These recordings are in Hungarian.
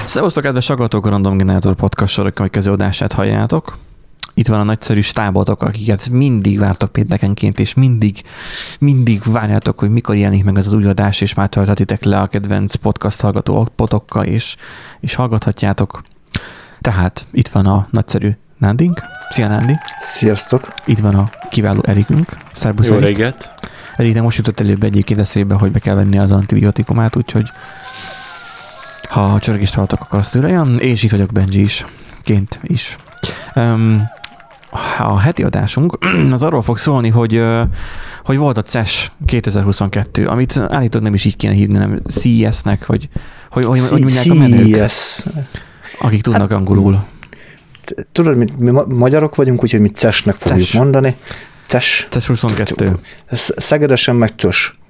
Szevasztok, kedves hallgatók, a Random Generator podcast sorok következő adását halljátok. Itt van a nagyszerű stábotok, akiket mindig vártok péntekenként, és mindig várjátok, hogy mikor jelenik meg ez az új adás, és már töltetitek le a kedvenc podcast hallgatópotokkal, és hallgathatjátok. Tehát itt van a nagyszerű Nándink. Szia, Nándi! Sziasztok! Itt van a kiváló Erikünk. Szerbusz, Jó Erik. reggelt! Eriknek most jutott előbb egyébként eszébe, hogy be kell venni az antibiotikumát, úgyhogy ha a csörgést hallatok, akkor azt tőle jön, és itt vagyok Benji is. A heti adásunk az arról fog szólni, hogy volt a CES 2022, amit állítólag nem is így kéne hívni, nem CES-nek, vagy hogy mondják a menők, akik tudnak angolul. Tudod, mi magyarok vagyunk, úgyhogy mi CES-nek fogjuk mondani. CES 22. Szegedesen meg CES.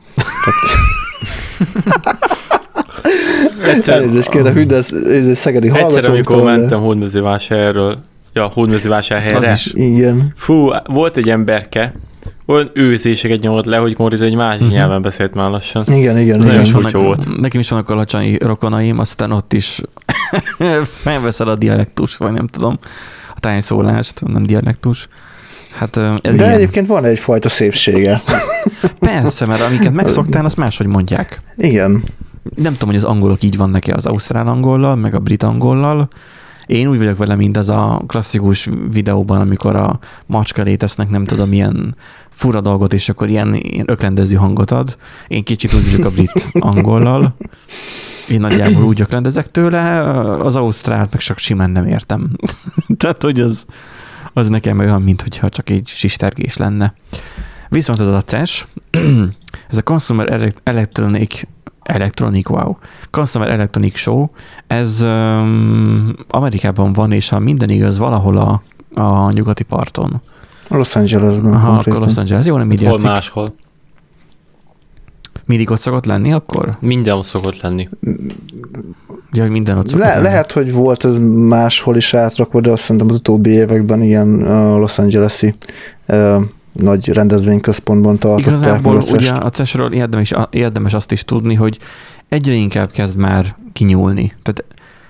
Elnézést kérem, hűd, ez szegedi hallgatóktól. Egyszer, amikor mentem Hódmezővásárhelyre. Igen. Fú, volt egy emberke, olyan őzéseket nyomott le, hogy konkrétan egy másik nyelven beszélt már lassan. Igen. Nekem is vannak alacsonyi rokonaim, aztán ott is felveszel a dialektus, vagy nem tudom, a tájszólást, nem dialektus. Hát, de ilyen. Egyébként van egyfajta szépsége. Persze, mert amiket megszoktál, azt máshogy mondják. Igen. Nem tudom, hogy az angolok így van neki az ausztrál angollal, meg a brit angollal. Én úgy vagyok vele, mint az a klasszikus videóban, amikor a macska léteznek, nem tudom, milyen fura dolgot, és akkor ilyen öklendező hangot ad. Én kicsit úgy vagyok a brit angollal. Én nagyjából úgy öklendezek tőle, az ausztrált meg csak simán nem értem. Tehát, hogy az nekem olyan, mintha csak egy sistergés lenne. Viszont ez a CES, ez a Consumer Consumer Electronic Show, ez Amerikában van, és ha minden igaz, valahol a nyugati parton. Los Angelesben. Akkor Los Angeles, jó, nem így játszik. Hol máshol. Mindig ott szokott lenni akkor? Minden ott szokott lenni. Ja, hogy minden ott szokott lenni. Lehet, hogy volt ez máshol is átrakva, de azt szerintem az utóbbi években ilyen Los Angeles-i nagy rendezvényközpontban tartották. Igazából ugye a CES-ről érdemes azt is tudni, hogy egyre inkább kezd már kinyúlni. Tehát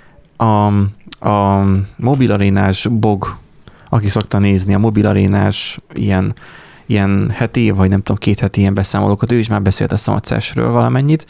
a mobilarénás BOG, aki szokta nézni, a mobilarénás ilyen heti, vagy nem tudom, 2 heti ilyen beszámolókat, ő is már beszélt azt a CES-ről valamennyit.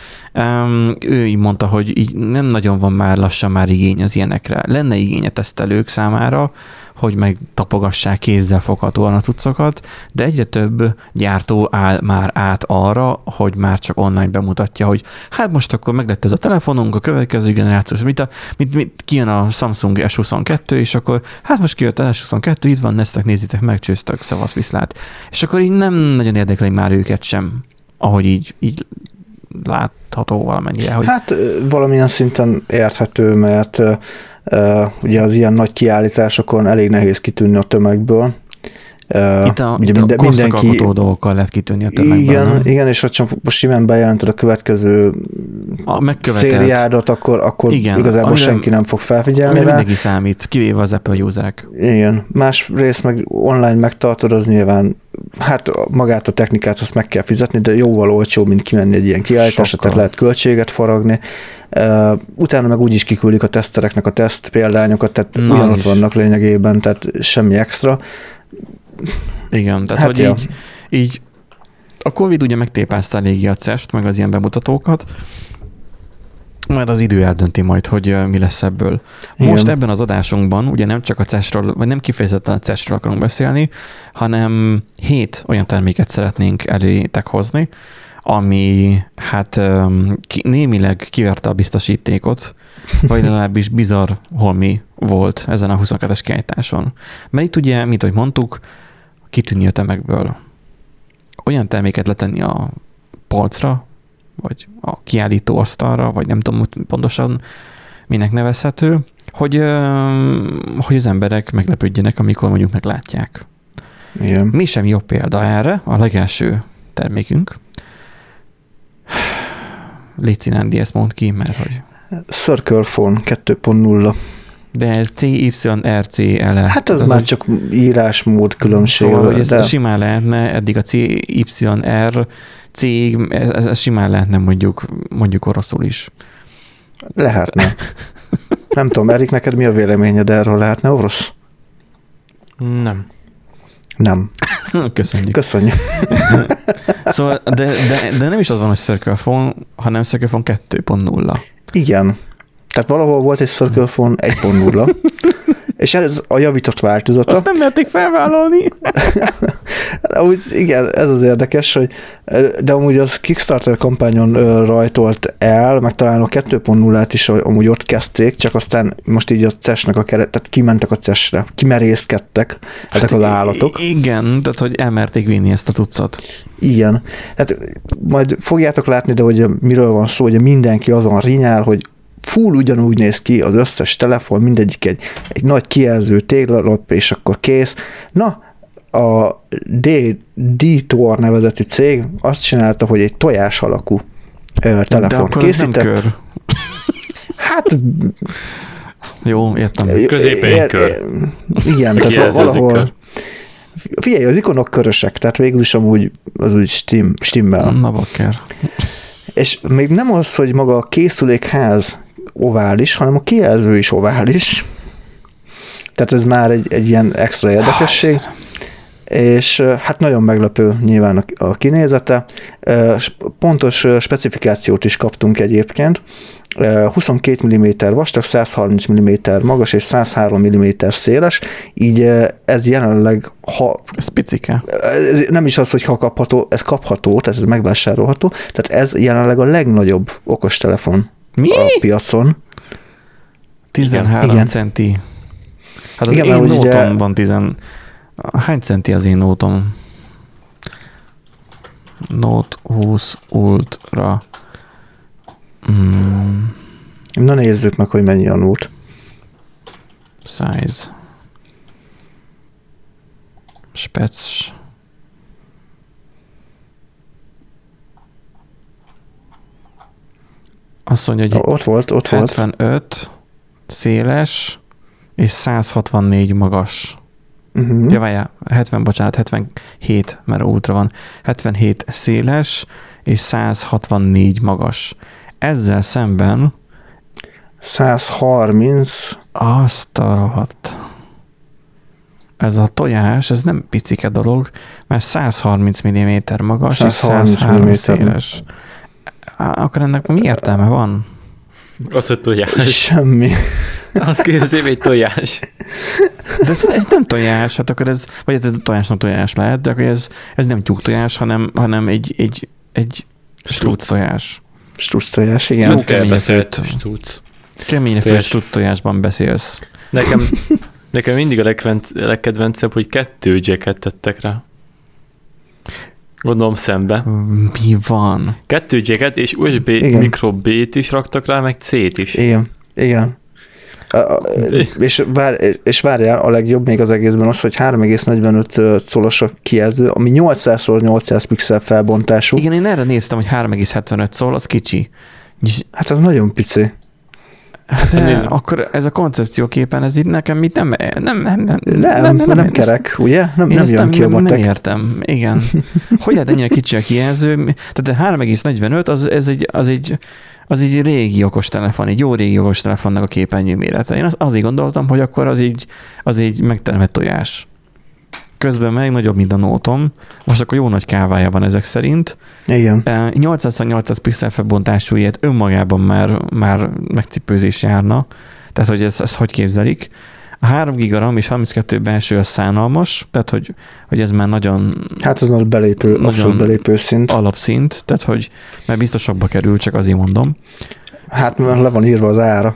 Ő így mondta, hogy így nem nagyon van már lassan már igény az ilyenekre. Lenne igény a tesztelők számára, hogy meg tapogassák kézzel foghatóan a cuccokat, de egyre több gyártó áll már át arra, hogy már csak online bemutatja, hogy hát most akkor meglett ez a telefonunk, a következő generációs, mit kijön a Samsung S22, és akkor hát most kijött a S22, itt van, neztek, nézzétek meg, csőztök, szavasz, viszlát. És akkor így nem nagyon érdekli már őket sem, ahogy így látható valamennyire. Hogy... Hát valamilyen szinten érthető, mert ugye az ilyen nagy kiállításokon elég nehéz kitűnni a tömegből. Itt a korszakalkotó dolgokkal lehet kitűnni a tömegből. Igen, és ha csak most simán bejelented a következő szériádat, akkor igen, igazából senki nem fog felfigyelni rá. Mindenki számít, kivéve az Apple userek. Igen, másrészt meg online megtartod, az nyilván, hát magát a technikát azt meg kell fizetni, de jóval olcsóbb, mint kimenni egy ilyen kiállításra, tehát lehet költséget faragni. Utána meg úgyis kiküldik a tesztereknek a teszt példányokat, tehát ugyanott vannak lényegében, tehát semmi extra. Igen, tehát hát hogy így a Covid ugye megtépázta eléggé a CES-t, meg az ilyen bemutatókat, majd az idő eldönti majd, hogy mi lesz ebből. Most ebben az adásunkban ugye nem csak a CES-ről, vagy nem kifejezetten a CES-ről akarunk beszélni, hanem 7 olyan terméket szeretnénk elétek hozni, ami hát némileg kiverte a biztosítékot, vagy legalábbis bizarr holmi volt ezen a 22-es kiállításon. Mert itt ugye, mint ahogy mondtuk, kitűnni a tömegből. Olyan terméket letenni a polcra, vagy a kiállító asztalra, vagy nem tudom pontosan minek nevezhető, hogy az emberek meglepődjenek, amikor mondjuk meglátják. Igen. Mi sem jobb példa erre, a legelső termékünk. Légy Nándi, ezt mondd ki, mert hogy... Circle Phone 2.0. De ez CYRCL. Hát ez már csak írásmód különbség. Szóval, hogy ez simán lehetne, eddig a CYR cég, ez simán lehetne mondjuk oroszul is. Lehetne. Nem tudom, Erik, neked mi a véleményed erről, lehetne orosz? Nem. Nem. Köszönjük. Szóval, de nem is az van, hogy Circle Phone, hanem Circle Phone 2.0. Igen. Tehát valahol volt egy Circle Phone 1.0, és ez a javított változata. Azt nem merték felvállalni. Amúgy igen, ez az érdekes, hogy de amúgy az Kickstarter kampányon rajtolt el, meg talán a 2.0-át is amúgy ott kezdték, csak aztán most így a CES-nek a keret, tehát kimentek a CES-re, kimerészkedtek ezek az állatok. Igen, tehát hogy elmerték vinni ezt a tucat. Igen. Tehát majd fogjátok látni, de hogy miről van szó, hogy mindenki azon rinyál, hogy full ugyanúgy néz ki az összes telefon, mindegyik egy nagy kijelző téglalap, és akkor kész. Na, a D-Tor nevezetű cég azt csinálta, hogy egy tojás alakú telefon készített. Nem kör. Hát... Jó, értem. Középen kör. Igen, tehát valahol... Figyelj, az ikonok körösek, tehát végül is amúgy az úgy stimmel. Na, bakker. És még nem az, hogy maga a készülékház ovális, hanem a kijelző is ovális. Tehát ez már egy ilyen extra érdekesség. És hát nagyon meglepő nyilván a kinézete. Pontos specifikációt is kaptunk egyébként. 22 mm vastag, 130 mm magas és 103 mm széles, így ez jelenleg, ez picike. Nem is az, hogy ha kapható, ez kapható, tehát ez megvásárolható, tehát ez jelenleg a legnagyobb okostelefon a piacon. 13 igen. Centi. Hát az igen, én Note-om van 10. Hány centi az én Note-om? Note 20 Ultra. Na nézzük meg, hogy mennyi a Note. Size. Spec. Azt mondja, hogy ott volt. 75 széles és 164 magas. Ja, várjál, 77, mert ultra van. 77 széles és 164 magas. Ezzel szemben 130. Azt a rohadt. Ez a tojás, ez nem picike dolog, mert 130 mm magas és 103 széles. Akkor ennek mi értelme van? Az, hogy tojás. Semmi. Azt kérdezzém, egy tojás. De ez nem tojás, hát akkor ez, vagy ez tojásnak tojás lehet, de akkor ez nem tyúk tojás, hanem egy struc tojás. Struc tojás, igen. Jó felbeszélt struc. Keményre struc tojásban beszélsz. Nekem mindig a legkedvencebb, hogy 2 jacket tettek rá. Gondolom szembe. Mi van? 2 jacket és USB micro B-t is raktak rá, meg C-t is. Igen. És várjál, a legjobb még az egészben az, hogy 3,45 szolos a kijelző, ami 800x800 pixel felbontású. Igen, én erre néztem, hogy 3,75 szól, az kicsi. Hát az nagyon pici. Hát akkor ez a koncepcióképen, ez itt nekem itt nem kerek, ugye? Nem jön ki a matek. Nem értem, igen. Hogy lehet ennyire kicsi a kijelző? Tehát 3,45 az egy régi okostelefon, egy jó régi okostelefonnak a képernyő mérete. Én azért gondoltam, hogy akkor az egy megtermett tojás. Közben meg nagyobb, mint a Note-om. Most akkor jó nagy kávája van ezek szerint. Igen. 800x800 pixel felbontású ilyet önmagában már megcipőzés járna. Tehát, hogy ezt hogy képzelik. A 3 GB RAM és 32 belső az szánalmas, tehát, hogy ez már nagyon... Hát ez nagy belépő, abszolút belépő szint. Alapszint, tehát, hogy már biztos sokba kerül, csak azért mondom. Hát már le van írva az ára.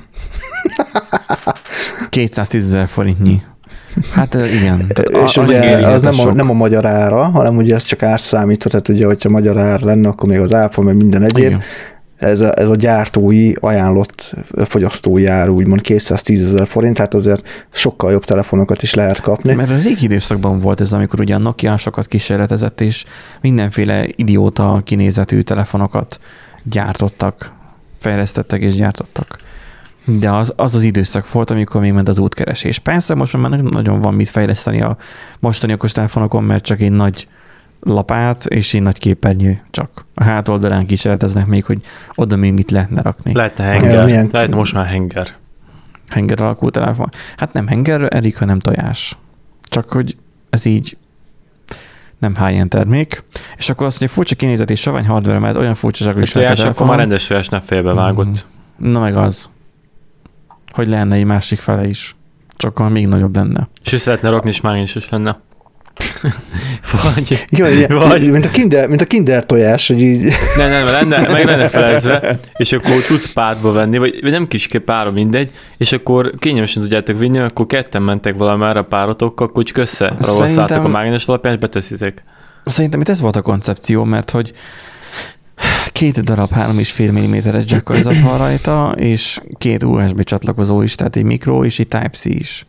210 000 forintnyi. Hát igen. És ugye az nem a magyar ára, hanem ugye ez csak árszámítva, tehát ugye, hogyha magyar ár lenne, akkor még az áfa, meg minden egyéb. Igen. Ez a gyártói ajánlott fogyasztói ár, úgymond 210 000 forint, hát azért sokkal jobb telefonokat is lehet kapni. Mert a régi időszakban volt ez, amikor ugye a Nokia sokat kísérletezett, és mindenféle idióta kinézetű telefonokat gyártottak, fejlesztettek és gyártottak. De az időszak volt, amikor még ment az útkeresés. Persze most már nagyon van mit fejleszteni a mostani okostelefonokon, mert csak egy nagy lapát és egy nagy képernyő csak. A hátoldalán kísérleteznek még, hogy oda még mit lehetne rakni. Lehetne henger. Lehetne most már henger. Henger alakú telefon. Hát nem hengerről erik, hanem tojás. Csak hogy ez így nem high-end termék. És akkor azt, hogy furcsa kinézet és savány hardware mellett olyan furcsaságú is a telefon. Akkor már rendes tojásnál félbevágott. Na meg az. Hogy lenne egy másik fele is. Csak még nagyobb lenne. És ő szeretne rakni, és már is lenne. vagy. Mint a kinder tojás, hogy így... Nem, meg lenne felezve, és akkor tudsz pártba venni, vagy nem kis pára, mindegy, és akkor kényelmesen tudjátok vinni, akkor ketten mentek valamára párotokkal, akkor csak összeravasszátok a mágnes alapján, és beteszitek. Szerintem itt ez volt a koncepció, mert hogy 2 darab 3,5 mm-es jackorizat van rajta, és 2 USB csatlakozó is, tehát egy mikro és egy Type-C is.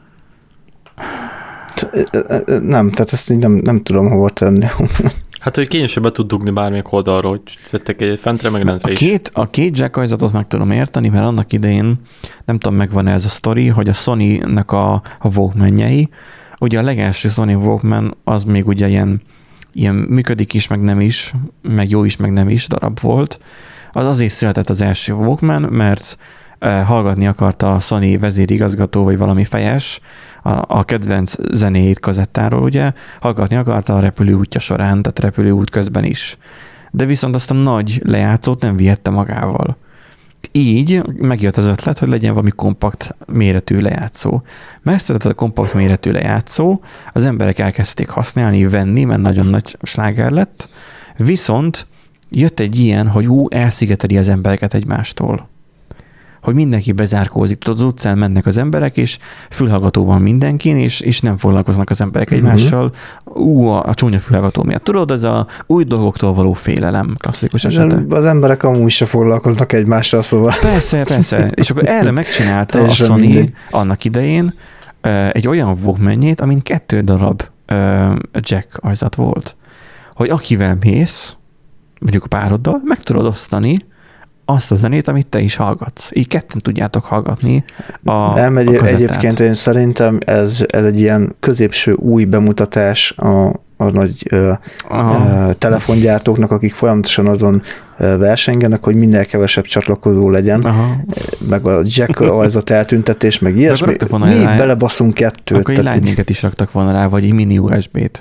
Nem, tehát ezt így nem tudom hova tenni. Hát, hogy kényesebben tud dugni bármelyik oldalról, hogy tettek egy fentre, meg lentre is. A két jackorizatot meg tudom érteni, mert annak idején, nem tudom, megvan ez a sztori, hogy a Sony-nak a Walkman-jei, ugye a legelső Sony Walkman az még ugye ilyen működik is, meg nem is, meg jó is, meg nem is darab volt. Az azért született az első Walkman, mert hallgatni akarta a Sony vezérigazgató, vagy valami fejes, a kedvenc zenéjét kazettáról, ugye, hallgatni akarta a repülőútja során, tehát repülőút közben is. De viszont azt a nagy lejátszót nem vihette magával. Így megjött az ötlet, hogy legyen valami kompakt méretű lejátszó. Megszületett a kompakt méretű lejátszó, az emberek elkezdték használni, venni, mert nagyon nagy sláger lett, viszont jött egy ilyen, hogy elszigeteli az embereket egymástól. Hogy mindenki bezárkózik, az utcán mennek az emberek, és fülhallgató van mindenkin, és nem foglalkoznak az emberek egymással. A csúnya fülhallgató miatt. Tudod, ez a új dolgoktól való félelem klasszikus esete. Az emberek amúgy se foglalkoznak egymással, szóval. Persze. És akkor erre megcsinálta a Sony annak idején egy olyan Walkman-jét, amin 2 darab jack ajzat volt. Hogy akivel mész, mondjuk a pároddal, meg tudod osztani azt a zenét, amit te is hallgatsz. Így ketten tudjátok hallgatni a egyébként én szerintem ez egy ilyen középső új bemutatás a nagy telefongyártóknak, akik folyamatosan azon versengenek, hogy minél kevesebb csatlakozó legyen, meg a jack ajzat eltüntetés, meg ilyesmi. Mi belebaszunk 2. Akkor egy Lightning-et is raktak volna rá, vagy egy mini USB-t.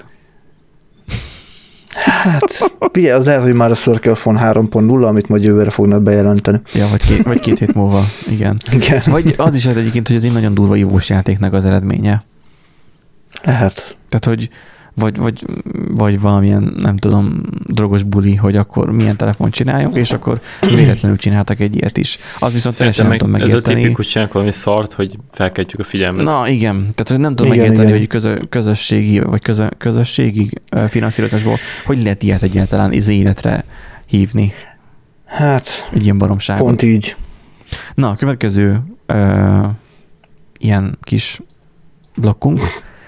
Hát, az lehet, hogy már a Circle Phone 3.0, amit majd jövőre fognak bejelenteni. Ja, vagy 2 hét múlva, igen. Vagy az is lehet egyébként, hogy ez egy nagyon durva ívós játéknak az eredménye. Lehet. Tehát, hogy vagy valamilyen, nem tudom, drogos buli, hogy akkor milyen telefont csináljunk, és akkor véletlenül csináltak egy ilyet is. Az viszont teljesen nem tudom megérteni. Ez a tipikus csinálunk valami szart, hogy felkeltjük a figyelmet. Na igen, tehát hogy nem tudom megérteni, hogy közösségi, vagy közösségi finanszírozásból, hogy lehet ilyet egyáltalán életre hívni. Hát, egy ilyen baromságot. Pont így. Na, a következő ilyen kis blokkunk.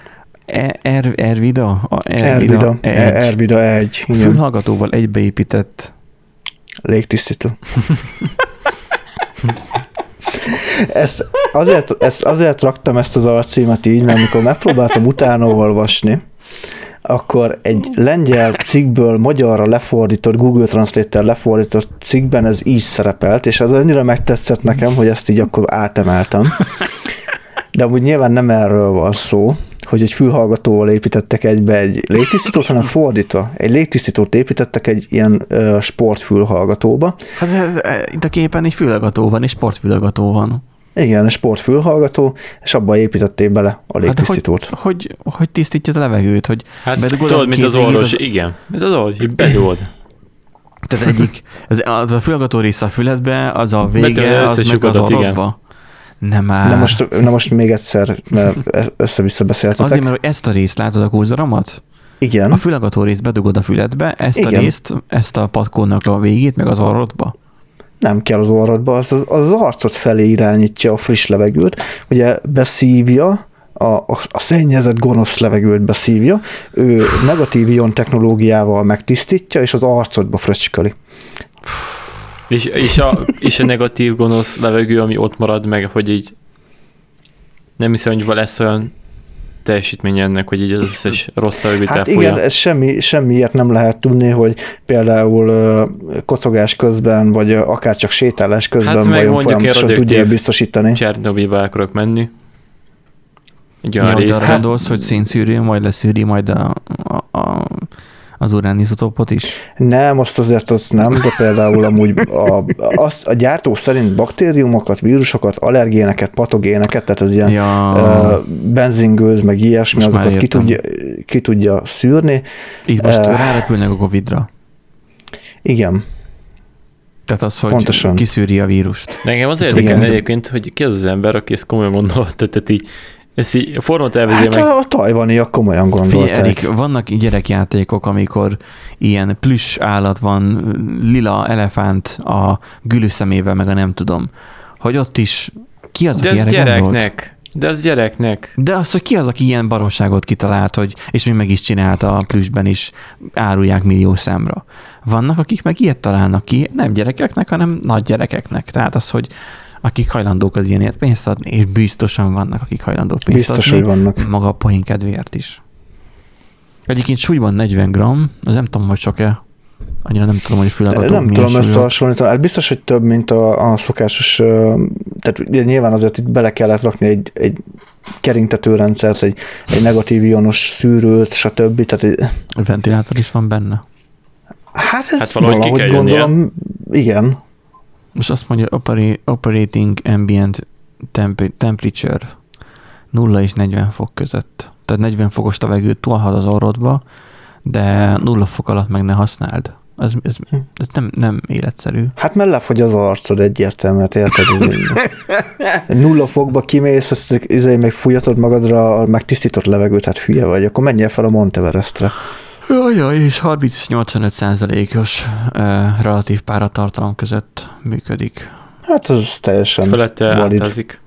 Ervida 1. Fülhallgatóval egybeépített légtisztító. Azért raktam ezt az alcímet így, mert amikor megpróbáltam utána olvasni, akkor egy lengyel cikkből magyarra lefordított, Google Translate-tel lefordított cikkben ez így szerepelt, és az annyira megtetszett nekem, hogy ezt így akkor átemeltem. De amúgy nyilván nem erről van szó, hogy egy fülhallgatóval építettek egybe egy légtisztítót, hanem fordítva. Egy légtisztítót építettek egy ilyen sportfülhallgatóba. Hát itt a képen egy fülhallgató van, és sportfülhallgató van. Igen, egy sportfülhallgató, és abban építették bele a légtisztítót. Hát hogy tisztítja a levegőt? Hogy tudod, mint az orvos, igen. Ez az orvos, hogy bedugod. Tehát egyik, az a fülhallgató része a füledbe, az a vége, az meg az orrodba. Nem már. Na most még egyszer, mert össze-vissza beszéltetek. Azért, mert ezt a részt látod a kurzoromat? Igen. A fülhallgató részt bedugod a füledbe, a részt, ezt a patkónak a végét, meg az orrodba? Nem kell az orrodba, az arcot felé irányítja a friss levegőt. Ugye beszívja, a szennyezett gonosz levegőt beszívja, ő negatív ion technológiával megtisztítja, és az arcodba fröcskeli. És a negatív gonosz levegő, ami ott marad meg, hogy így nem hiszem, hogy lesz olyan teljesítménye ennek, hogy így az összes rossz levegőt hát elfújja? Igen, semmiért nem lehet tudni, hogy például kocogás közben, vagy akár csak sétálás közben vajon folyamatosan tudja biztosítani. Csernobilba el akarok menni. Arra gondolsz, hogy szénszűrő, majd leszűri majd az uránizotópot is? Nem, azt nem, de például amúgy a gyártó szerint baktériumokat, vírusokat, allergéneket, patogéneket, tehát az ilyen benzingőz, meg ilyesmi, most azokat ki tudja szűrni. Itt most rárepülnek a Covid-ra. Igen. Tehát az, hogy pontosan kiszűri a vírust. De engem az érdekel egyébként, hogy ki az ember, aki ezt komolyan gondolta, tehát így ezt így formát elvezé meg. A tajvaniak komolyan gondolták. Erik, vannak gyerekjátékok, amikor ilyen plüss állat van, lila elefánt a gülüszemével, meg a nem tudom. Hogy ott is ki az, aki erre gondolt? De az gyereknek. De az, hogy ki az, aki ilyen baromságot kitalált, hogy, és még meg is csinálta a plüssben is, árulják millió számra. Vannak, akik meg ilyet találnak ki, nem gyerekeknek, hanem nagy gyerekeknek. Tehát az, hogy akik hajlandók az ilyenért pénzt adni, és biztosan vannak, akik hajlandók pénzt adni. Hogy vannak. Maga a poén kedvéért is. Egyébként súlyban 40 gramm, az nem tudom, hogy csak-e. Annyira nem tudom, hogy fülhallgatók nem tudom összehasonlítani. Hát biztos, hogy több, mint a szokásos, tehát ugye nyilván azért itt bele kellett rakni egy kerintetőrendszert, egy negatív ionos szűrőt, stb. Tehát a ventilátor is van benne? Hát valahogy gondolom, igen. Most azt mondja, operating ambient temperature 0 és 40 fok között. Tehát 40 fokos levegőt tolhat az orrodba, de 0 fok alatt meg ne használd. Ez nem életszerű. Hát mert lefogy az arcod egyértelműen, érted? 0 fokba kimész, ezt meg fújatod magadra, meg tisztított levegőt, hát hülye vagy, akkor menjél fel a Monteverestre. Jaj, és 30-85%-os relatív páratartalom között működik. Hát az teljesen felette átázik.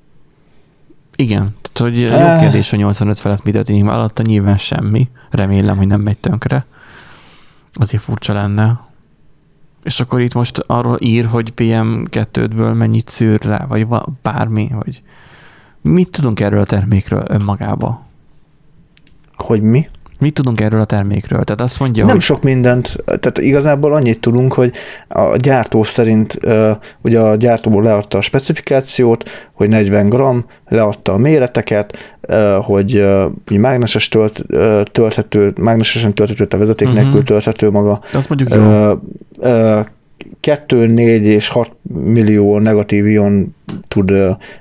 Igen, tehát hogy jó kérdés, hogy 85 felett mit történik, alatta nyilván semmi. Remélem, hogy nem megy tönkre. Azért furcsa lenne. És akkor itt most arról ír, hogy PM2-ből mennyit szűr le, vagy bármi, vagy mit tudunk erről a termékről önmagába? Hogy mi? Mit tudunk erről a termékről? Tehát azt mondja, nem sok mindent, tehát igazából annyit tudunk, hogy a gyártó szerint, ugye a gyártóból leadta a specifikációt, hogy 40 g, leadta a méreteket, hogy mágnesesen tölthető, a vezeték nélkül tölthető maga. Azt mondjuk jó. 2, 4 és 6 millió negatív ion tud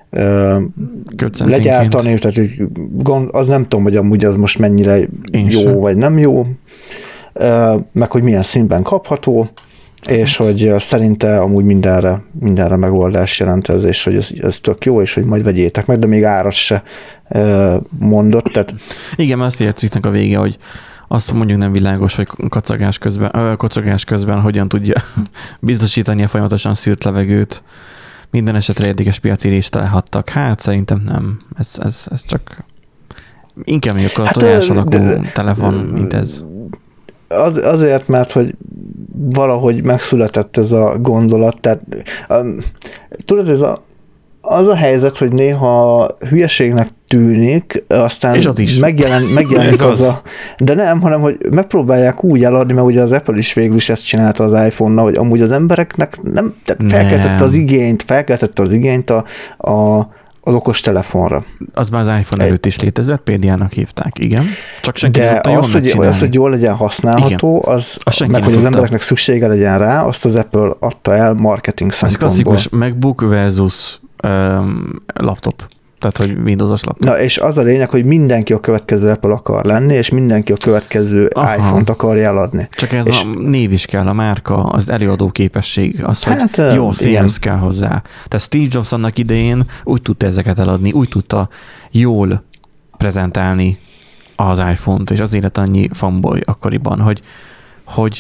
legyártani, tehát az nem tudom, hogy amúgy az most mennyire jó vagy nem jó, meg hogy milyen színben kapható, és hogy szerinte amúgy mindenre megoldás jelent ez, és hogy ez tök jó, és hogy majd vegyétek meg, de még árat se mondott. Tehát... Igen, mert azt értszik a vége, hogy azt mondjuk nem világos, hogy kocogás közben hogyan tudja biztosítani a folyamatosan szűrt levegőt. Minden esetre érdekes piaci részt találhattak. Hát szerintem nem. Ez csak inkább még a tojás alakú telefon, mint ez. Azért, mert hogy valahogy megszületett ez a gondolat. Tehát, tudod, ez az a helyzet, hogy néha hülyeségnek tűnik, aztán megjelenik az. De nem, hanem, hogy megpróbálják úgy eladni, mert ugye az Apple is végül is ezt csinálta az iPhone-nal, hogy amúgy az embereknek felkeltette az igényt az okos telefonra. Az már az iPhone előtt is létezett, PDA-nak hívták, igen. Csak senki de az, hogy jól legyen használható, meg hogy az embereknek szüksége legyen rá, azt az Apple adta el marketing szempontból. Ez klasszikus MacBook versus laptop. Tehát, hogy Windows-os laptop. Na, és az a lényeg, hogy mindenki a következő Apple akar lenni, és mindenki a következő iPhone-t akarja eladni. Csak ez a név is kell, a márka, az előadó képesség, az, hogy jó színhez kell hozzá. Tehát Steve Jobs annak idején úgy tudta ezeket eladni, úgy tudta jól prezentálni az iPhone-t, és azért lett annyi fanboy akkoriban, hogy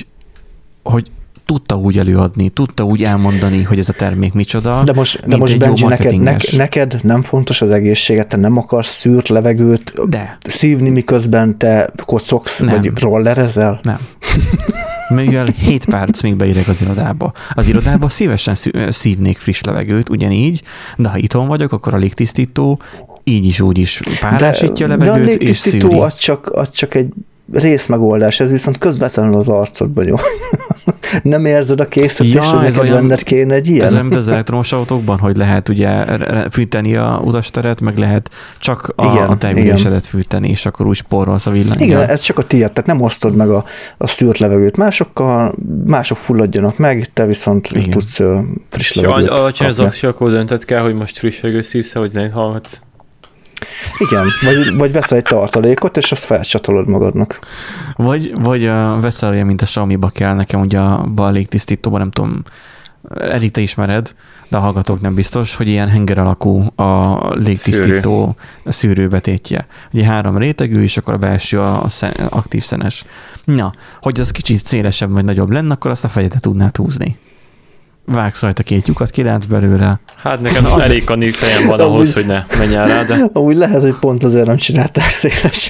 tudta úgy előadni, tudta úgy elmondani, hogy ez a termék micsoda. De most Benji, neked nem fontos az egészséget, te nem akarsz szűrt levegőt szívni, miközben te kocogsz, vagy rollerezel? Nem. Mivel 7 perc még beérek az irodába. Az irodába szívesen szívnék friss levegőt, ugyanígy, de ha itthon vagyok, akkor a légtisztító így is, úgy is párásítja a levegőt, de a és légtisztító szűri. az csak egy részmegoldás, ez viszont közvetlenül az arcodban jó. Nem érzed a készet, és neked benned kéne egy ilyen? Ez olyan, mint az elektromos autókban, hogy lehet ugye fűteni a utasteret, meg lehet csak a tejműlésedet fűteni, és akkor úgy spórolsz a villanyjal. Igen, ez csak a tiéd, tehát nem osztod meg a szűrt levegőt másokkal, mások fulladjanak meg, te viszont tudsz friss levegőt kapni. Alacsony az oxi, akkor dönted kell, hogy most friss levegőt szívsz, hogy zenét hallgatsz. Igen, vagy veszel egy tartalékot, és azt felcsatolod magadnak. Vagy veszel olyan, mint a Xiaomi-ba kell nekem, ugye a légtisztítóban, nem tudom, elég te ismered, de a hallgatók nem biztos, hogy ilyen henger alakú a légtisztító szűrőbetétje. Ugye 3 rétegű, és akkor a belső aktív szenes. Na, hogy az kicsit szélesebb vagy nagyobb lenne, akkor azt a fejedet tudnád húzni. Vágsz rajta 2 lyukat, kilátsz belőle. Hát nekem elég kanív fejem van ahhoz, hogy ne menjál rá, de... Amúgy lehet, hogy pont azért nem csinálták szélesen.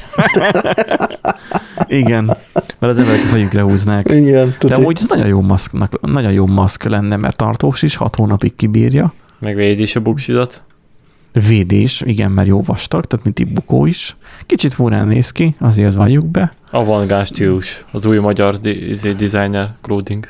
Igen, mert az emberek a fejükre húznák. Igen, de amúgy ez nagyon jó maszk lenne, mert tartós is, 6 hónapig kibírja. Meg véd is a buksidat. Védés, igen, mert jó vastag, tehát mint egy bukó is. Kicsit furán néz ki, azért valljuk be. Avantgárd stílus, az új magyar designer clothing.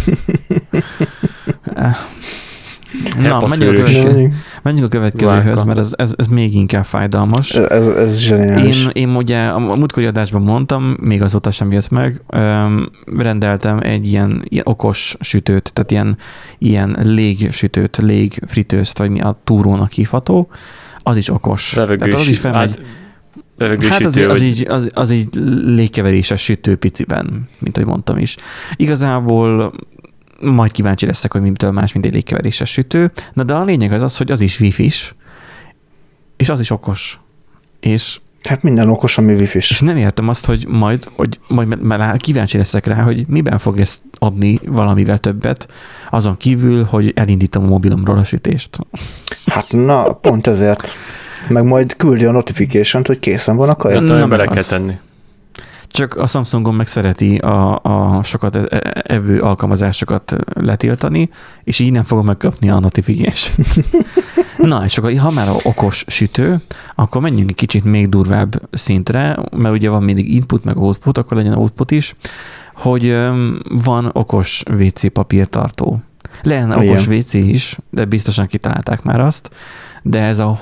Na, menjünk a következőhöz, mert ez még inkább fájdalmas. Ez zseniális. Én ugye a múltkori adásban mondtam, még azóta sem jött meg, rendeltem egy ilyen okos sütőt, tehát ilyen légsütőt, légfritőzt, vagy mi a túrónak hívható, az is okos. Tehát az is felmegy. Hát az így légkeveréses sütő piciben, mint ahogy mondtam is. Igazából majd kíváncsi leszek, hogy mitől más, mint egy légkeveréses sütő. Na de a lényeg az, hogy az is wifi-s, és az is okos. És hát minden okos, ami wifi-s. És nem értem azt, hogy majd mert kíváncsi leszek rá, hogy miben fog ezt adni valamivel többet, azon kívül, hogy elindítom a mobilomról a sütést. Hát na, pont ezért. Meg majd küldi a notification-t, hogy készen van a kaja. Nem bele kell tenni. Csak a Samsungon meg szereti a sokat evő alkalmazásokat letiltani, és így nem fogom megkapni a notification-t. Na, és akkor ha már okos sütő, akkor menjünk egy kicsit még durvább szintre, mert ugye van mindig input, meg output, akkor legyen output is, hogy van okos WC papírtartó. Lenne okos WC is, de biztosan kitalálták már azt, de ez a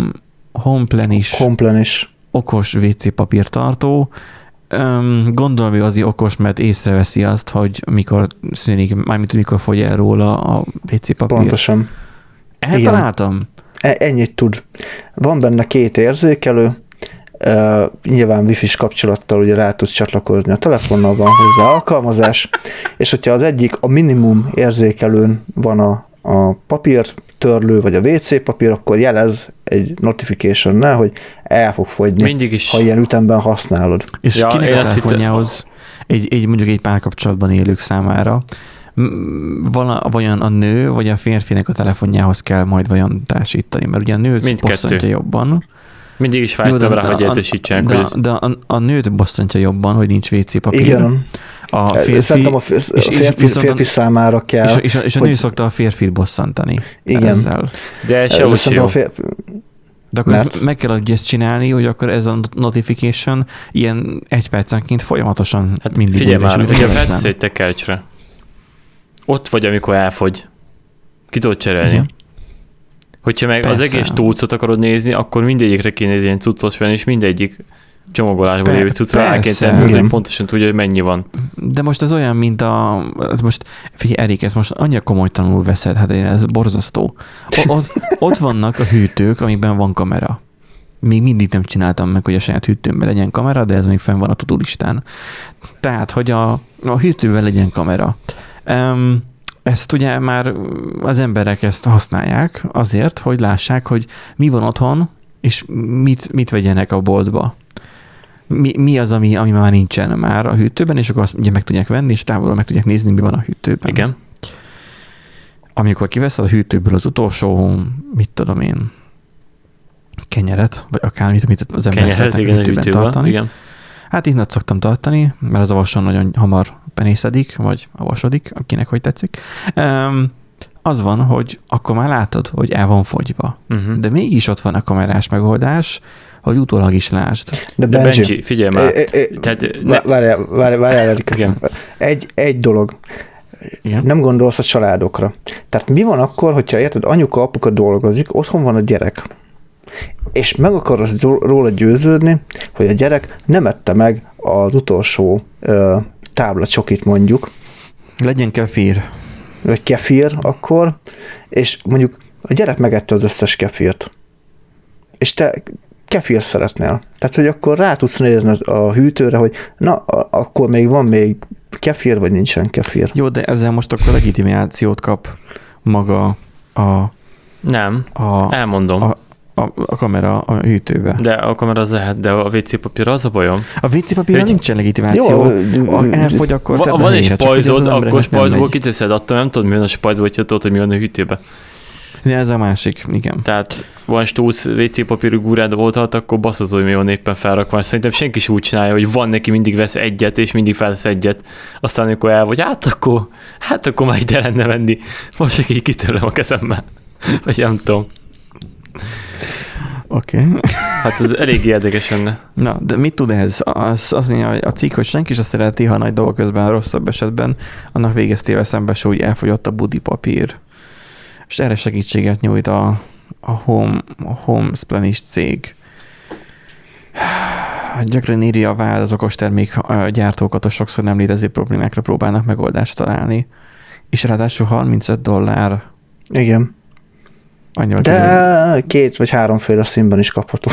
HomePlan is okos WC papírtartó. Gondolom, hogy az okos, mert észreveszi azt, hogy mikor szűnik, mármint mikor fogy el róla a WC papír. Pontosan. Eltaláltam? Ennyit tud. Van benne 2 érzékelő, nyilván wifi-s kapcsolattal ugye rá tudsz csatlakozni a telefonnal, van hozzá alkalmazás, és hogyha az egyik a minimum érzékelőn van a papírtörlő, vagy a WC papír, akkor jelez egy notification-nel, hogy el fog fogyni, ha ilyen ütemben használod. És kinek a telefonjához, mondjuk egy párkapcsolatban élők számára, vajon a nő, vagy a férfinek a telefonjához kell majd vajon társítani, mert ugye a nőt bosszantja jobban. Mindig is vágytam rá, hogy értesítsenek. De a nőt bosszantja jobban, hogy nincs WC papír. Igen. Szerintem a férfi számára kell. És a nő szokta a férfit bosszantani. Igen. Ezzel. De sehogy jó. De akkor meg kell ezt csinálni, hogy akkor ez a notification ilyen 1 percenként folyamatosan mindig. Figyelj már, hogyha feltesz egy tekercsre, ott vagy, amikor elfogy. Ki tudod cserélni. Uh-huh. Hogyha meg az egész tócot akarod nézni, akkor mindegyikre kéne ilyen cuccos venni, és mindegyik csomagolásban lévő cuccra el kell tenni, hogy pontosan tudja, hogy mennyi van. De most ez olyan, mint figyelj, Erik, ezt most annyira komolytalanul veszed, hát ez borzasztó. Ott vannak a hűtők, amikben van kamera. Még mindig nem csináltam meg, hogy a saját hűtőmben legyen kamera, de ez még fenn van a tudólistán. Tehát, hogy a hűtőben legyen kamera. Ezt ugye már az emberek ezt használják azért, hogy lássák, hogy mi van otthon, és mit vegyenek a boltba. Mi az, ami már nincsen már a hűtőben, és akkor azt ugye meg tudják venni, és távolról meg tudják nézni, mi van a hűtőben. Igen. Amikor kiveszed a hűtőből az utolsó, mit tudom én, kenyeret, vagy akármit, amit az emberek szeretnek a hűtőben tartani. Igen. Hát innen szoktam tartani, mert az a vason nagyon hamar penészedik, vagy a vasodik, akinek hogy tetszik. az van, hogy akkor már látod, hogy el van fogyva. De mégis ott van a kamerás megoldás, hogy utólag is lásd. De Benji, figyelj már. Várjál, egy dolog. Igen. Nem gondolsz a családokra. Tehát mi van akkor, hogyha érted, anyuka, apuka dolgozik, otthon van a gyerek, és meg akarsz róla győződni, hogy a gyerek nem ette meg az utolsó táblacsokit mondjuk. Legyen kefír. Vagy kefír akkor, és mondjuk a gyerek megette az összes kefírt. És te kefír szeretnél. Tehát, hogy akkor rá tudsz nézni a hűtőre, hogy na, akkor még van még kefír, vagy nincsen kefír. Jó, de ezzel most akkor legitimációt kap maga Nem, elmondom. A kamera a hűtőbe. De a kamera az lehet, de a WC papír az a bajom. A WC papírra nincsen legitimáció. Elfogy, akkor van egy spajzod, akkor spajzból kiteszed, attól nem tudod, mi van a spajzból, hogyha tudod, hogy mi van a hűtőbe. Ja, ez a másik, igen. Tehát van stúc WC papírú gúrád voltat, akkor baszod, hogy mi van éppen felrakva. Szerintem senki is úgy csinálja, hogy van neki, mindig vesz egyet, és mindig felvesz egyet. Aztán amikor el vagy, hát akkor már ide lenne venni. Most csak így kitörlöm a kezemmel. Vagy nem tudom. Oké. Hát ez elég érdekes lenne. Na, de mit tud ez? Az mondja, a cikk, hogy senki sem szereti, ha nagy dolgok közben, rosszabb esetben, annak végeztével szembesül, hogy elfogyott a budi papír. És erre segítséget nyújt a Homesplanish cég. Gyakran írja a vád az okostermék gyártókat, hogy sokszor nem létező problémákra próbálnak megoldást találni. És ráadásul $35. Igen. Annyival de 2 vagy 3 féle színben is kapható.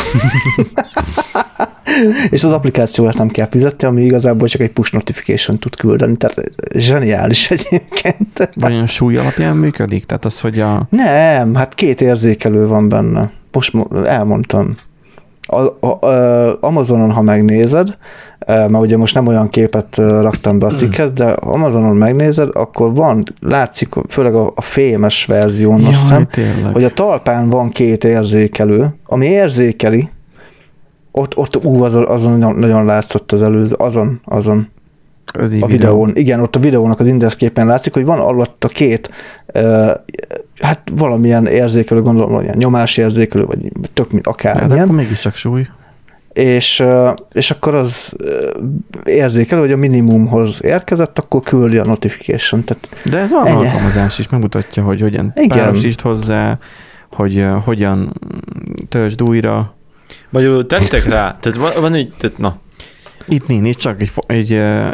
És az applikációt nem kell fizetni, ami igazából csak egy push notification tud küldeni, tehát zseniális egyébként. Olyan súly alapján működik? Tehát az, hogy Nem, hát 2 érzékelő van benne. Most elmondtam. Amazonon, ha megnézed, mert ugye most nem olyan képet raktam be a cikkhez, de Amazonon megnézed, akkor van, látszik, főleg a fémes verzión, azt hiszem, hogy a talpán van 2 érzékelő, ami érzékeli, ott azon nagyon látszott az előző, azon a videón. Igen, ott a videónak az indexképen látszik, hogy van alatt a 2 hát valamilyen érzékelő, gondolom, valamilyen nyomásérzékelő, vagy tök mint akármilyen. Hát akkor mégiscsak súly. És akkor az érzékelő, hogy a minimumhoz érkezett, akkor küldi a notification. Tehát de ez van alkalmazás is, megmutatja, hogy hogyan párosítsd hozzá, hogy hogyan töltsd újra. Vagy tettek rá, tehát van egy, tehát na. Itt nincs, csak egy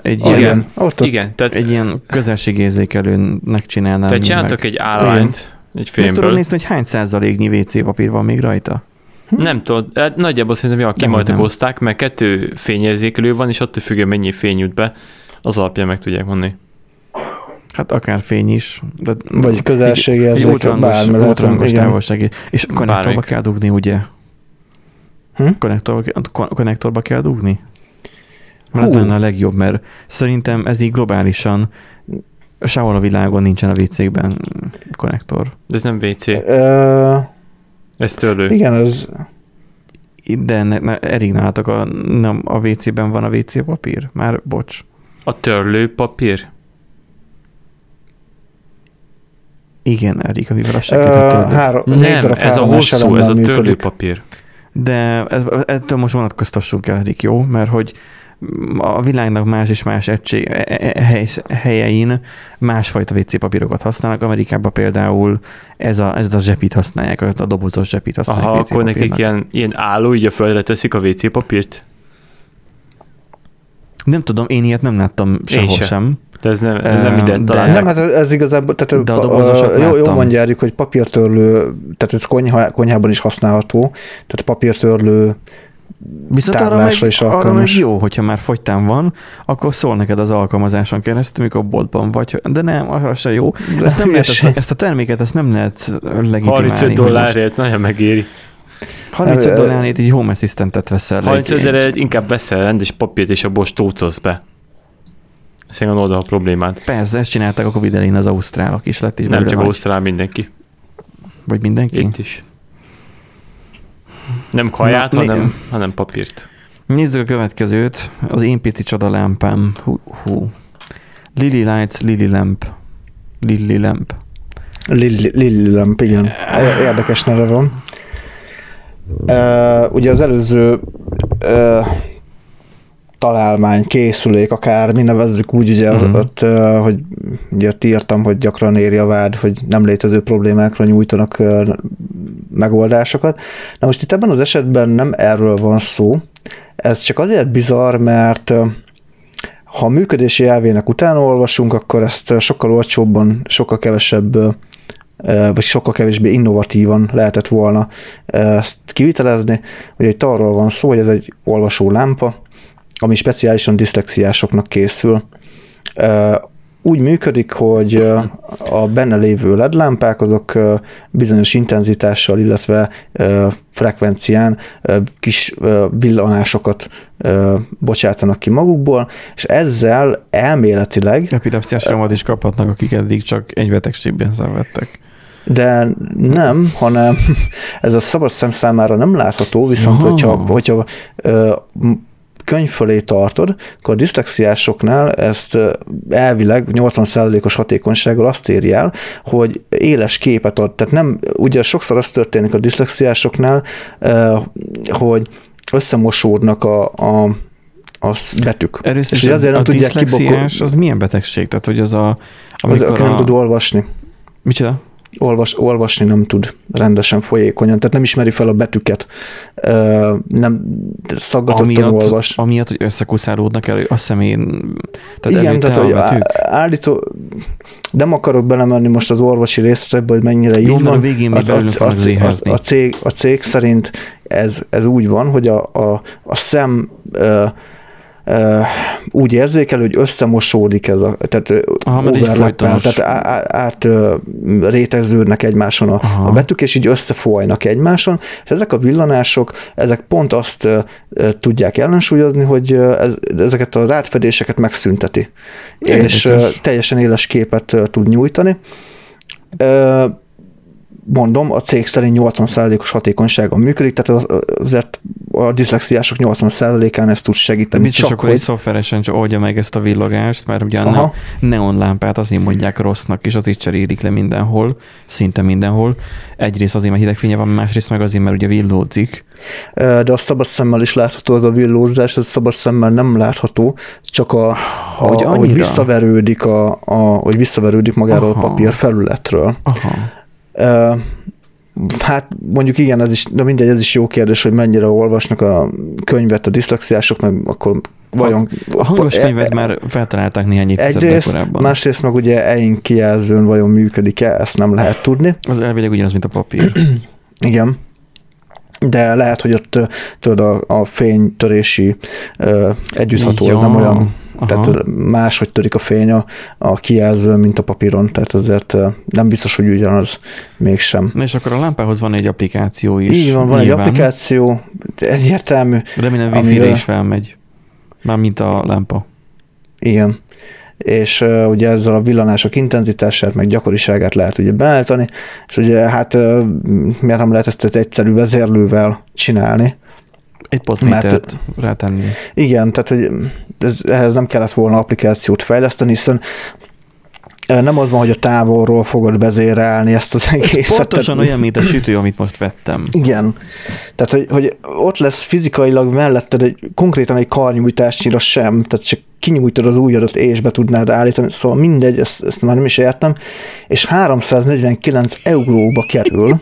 ilyen közelségérzékelőnek csinálnám. Tehát csináltak egy állványt, egy filmből. Meg tudod nézni, hogy hány százaléknyi WC papír van még rajta? Nem tudod, nagyjából szerintem kimajtagozták, mert 2 fényérzékelő van, és attól függően mennyi fény jut be, az alapján meg tudják mondani. Hát akár fény is. De vagy közelségérzékelő, ultrahangos távolság. És konnektorba kell dugni, ugye? Konnektorba kell dugni? Mert ez lenne a legjobb, mert szerintem ez így globálisan sehol a világon nincsen a WC-kben konnektor. De ez nem WC. Ez törlő. Igen, ez... De Erik, nálatok a WC-ben van a WC papír? Már bocs. A törlő papír? Igen, Erik, amivel a segített törlő. Nem, ez a hosszú, ez a törlő papír. De ettől most vonatkoztassunk el, Erik, jó? Mert hogy a világnak más és más helyein másfajta WC papírokat használnak. Amerikában például ez a zsepit használják, a dobozos zsepit használják. Aha, akkor nekik ilyen álló, így a földre teszik a WC papírt? Nem tudom, én ilyet nem láttam sehol sem. De ez nem mindent találják. Nem, hát ez igazából, tehát jó mondják, hogy papírtörlő, tehát ez konyhában is használható, tehát papírtörlő viszont arra meg jó, hogyha már fogytán van, akkor szól neked az alkalmazáson keresztül, mikor boltban vagy, de nem, arra se jó. Ezt a terméket ezt nem lehet legitimálni. $35 nagyon megéri. $35 így Home Assistant-et veszel. $35 inkább veszel rendes papírt, és abból stócolsz be. Szerintem oda a problémát. Persze, ezt csinálták a Covid elején az ausztrálok is. Lett is nem csak ausztrál, mindenki. Vagy mindenki? Itt is. Nem kaját, hanem papírt. Nézzük a következőt. Az én pici csodalámpám. Lily Lights, Lily Lamp. Lili lamp, igen. Érdekes neve van. Ugye az előző találmány, készülék, akár mi nevezzük úgy, ugye ott, hogy ugye ott írtam, hogy gyakran éri a vád, hogy nem létező problémákra nyújtanak megoldásokat. Na most itt ebben az esetben nem erről van szó. Ez csak azért bizarr, mert ha a működési elvének utána olvasunk, akkor ezt sokkal olcsóbban, sokkal kevesebb vagy sokkal kevésbé innovatívan lehetett volna ezt kivitelezni. Ugye itt arról van szó, hogy ez egy olvasó lámpa, ami speciálisan diszlexiásoknak készül. Úgy működik, hogy a benne lévő LED lámpák azok bizonyos intenzitással, illetve frekvencián kis villanásokat bocsátanak ki magukból, és ezzel elméletileg... Epilepsziás rohamot is kaphatnak, akik eddig csak egy betegségben szenvedtek. De nem, hanem ez a szabad szem számára nem látható, viszont hogyha könyv fölé tartod, akkor a diszlexiásoknál ezt elvileg 80%-os hatékonysággal azt éri el, hogy éles képet ad. Tehát nem, ugye sokszor az történik a diszlexiásoknál, hogy összemosódnak a betűk. És azért nem tudják kibokolni. Az milyen betegség? Tehát, hogy az amikor nem tud olvasni. Micsoda? Olvasni nem tud rendesen, folyékonyan, tehát nem ismeri fel a betűket, nem szaggatottan olvas. Amiatt, hogy összekuszálódnak elő a szemén, tehát igen, tehát hogy nem akarok belemenni most az orvosi részletekbe, hogy mennyire így van. A végén még a cég szerint ez úgy van, hogy a szem úgy érzékel, hogy összemosódik ez tehát overlappel, tehát átréteződnek egymáson a betűk, és így összefolynak egymáson, és ezek a villanások, ezek pont azt tudják ellensúlyozni, hogy ezeket az átfedéseket megszünteti, és teljesen éles képet tud nyújtani. Mondom, a cég szerint 80%-os hatékonyságon működik, tehát azért a diszlexiások 80%-án ezt tud segíteni. Biztos akkor egy szoftveresen csak oldja meg ezt a villogást, mert ugye a neonlámpát azért mondják rossznak, és azért cserélik le mindenhol, szinte mindenhol. Egyrészt azért, mert hidegfénye van, másrészt meg azért, mert ugye villódzik. De a szabad szemmel is látható az a villózás, ez a szabad szemmel nem látható, csak ahogy visszaverődik, hogy visszaverődik magáról a papír felületről. Hát mondjuk igen, ez is, de mindegy, ez is jó kérdés, hogy mennyire olvasnak a könyvet a diszlexiások, meg akkor vajon... A hangos könyvet már feltalálták néhány évtizedben korábban. Másrészt meg ugye EIN kijelzőn vajon működik-e, ezt nem lehet tudni. Az elvileg ugyanaz, mint a papír. Igen. De lehet, hogy ott tudod, a fénytörési együttható, nem olyan... Tehát máshogy törik a fény a kijelzőn, mint a papíron, tehát azért nem biztos, hogy ugyanaz mégsem. Na és akkor a lámpához van egy applikáció is. Így van egy applikáció, egyértelmű. Remélem Wi-Fi-re is felmegy, mármint a lámpa. Igen. És ugye ezzel a villanások intenzitását, meg gyakoriságát lehet ugye beállítani, és ugye hát miért nem lehet ezt egy egyszerű vezérlővel csinálni? Egy potmétert rátenni. Igen, tehát hogy ehhez nem kellett volna applikációt fejleszteni, hiszen nem az van, hogy a távolról fogod vezérelni ezt az egészet. Pontosan olyan, mint a sütő, amit most vettem. Igen. Tehát, hogy ott lesz fizikailag melletted konkrétan egy karnyújtásnyira sem, tehát csak kinyújtod az ujjadat és be tudnád állítani, szóval mindegy, ezt már nem is értem, és 349 euróba kerül.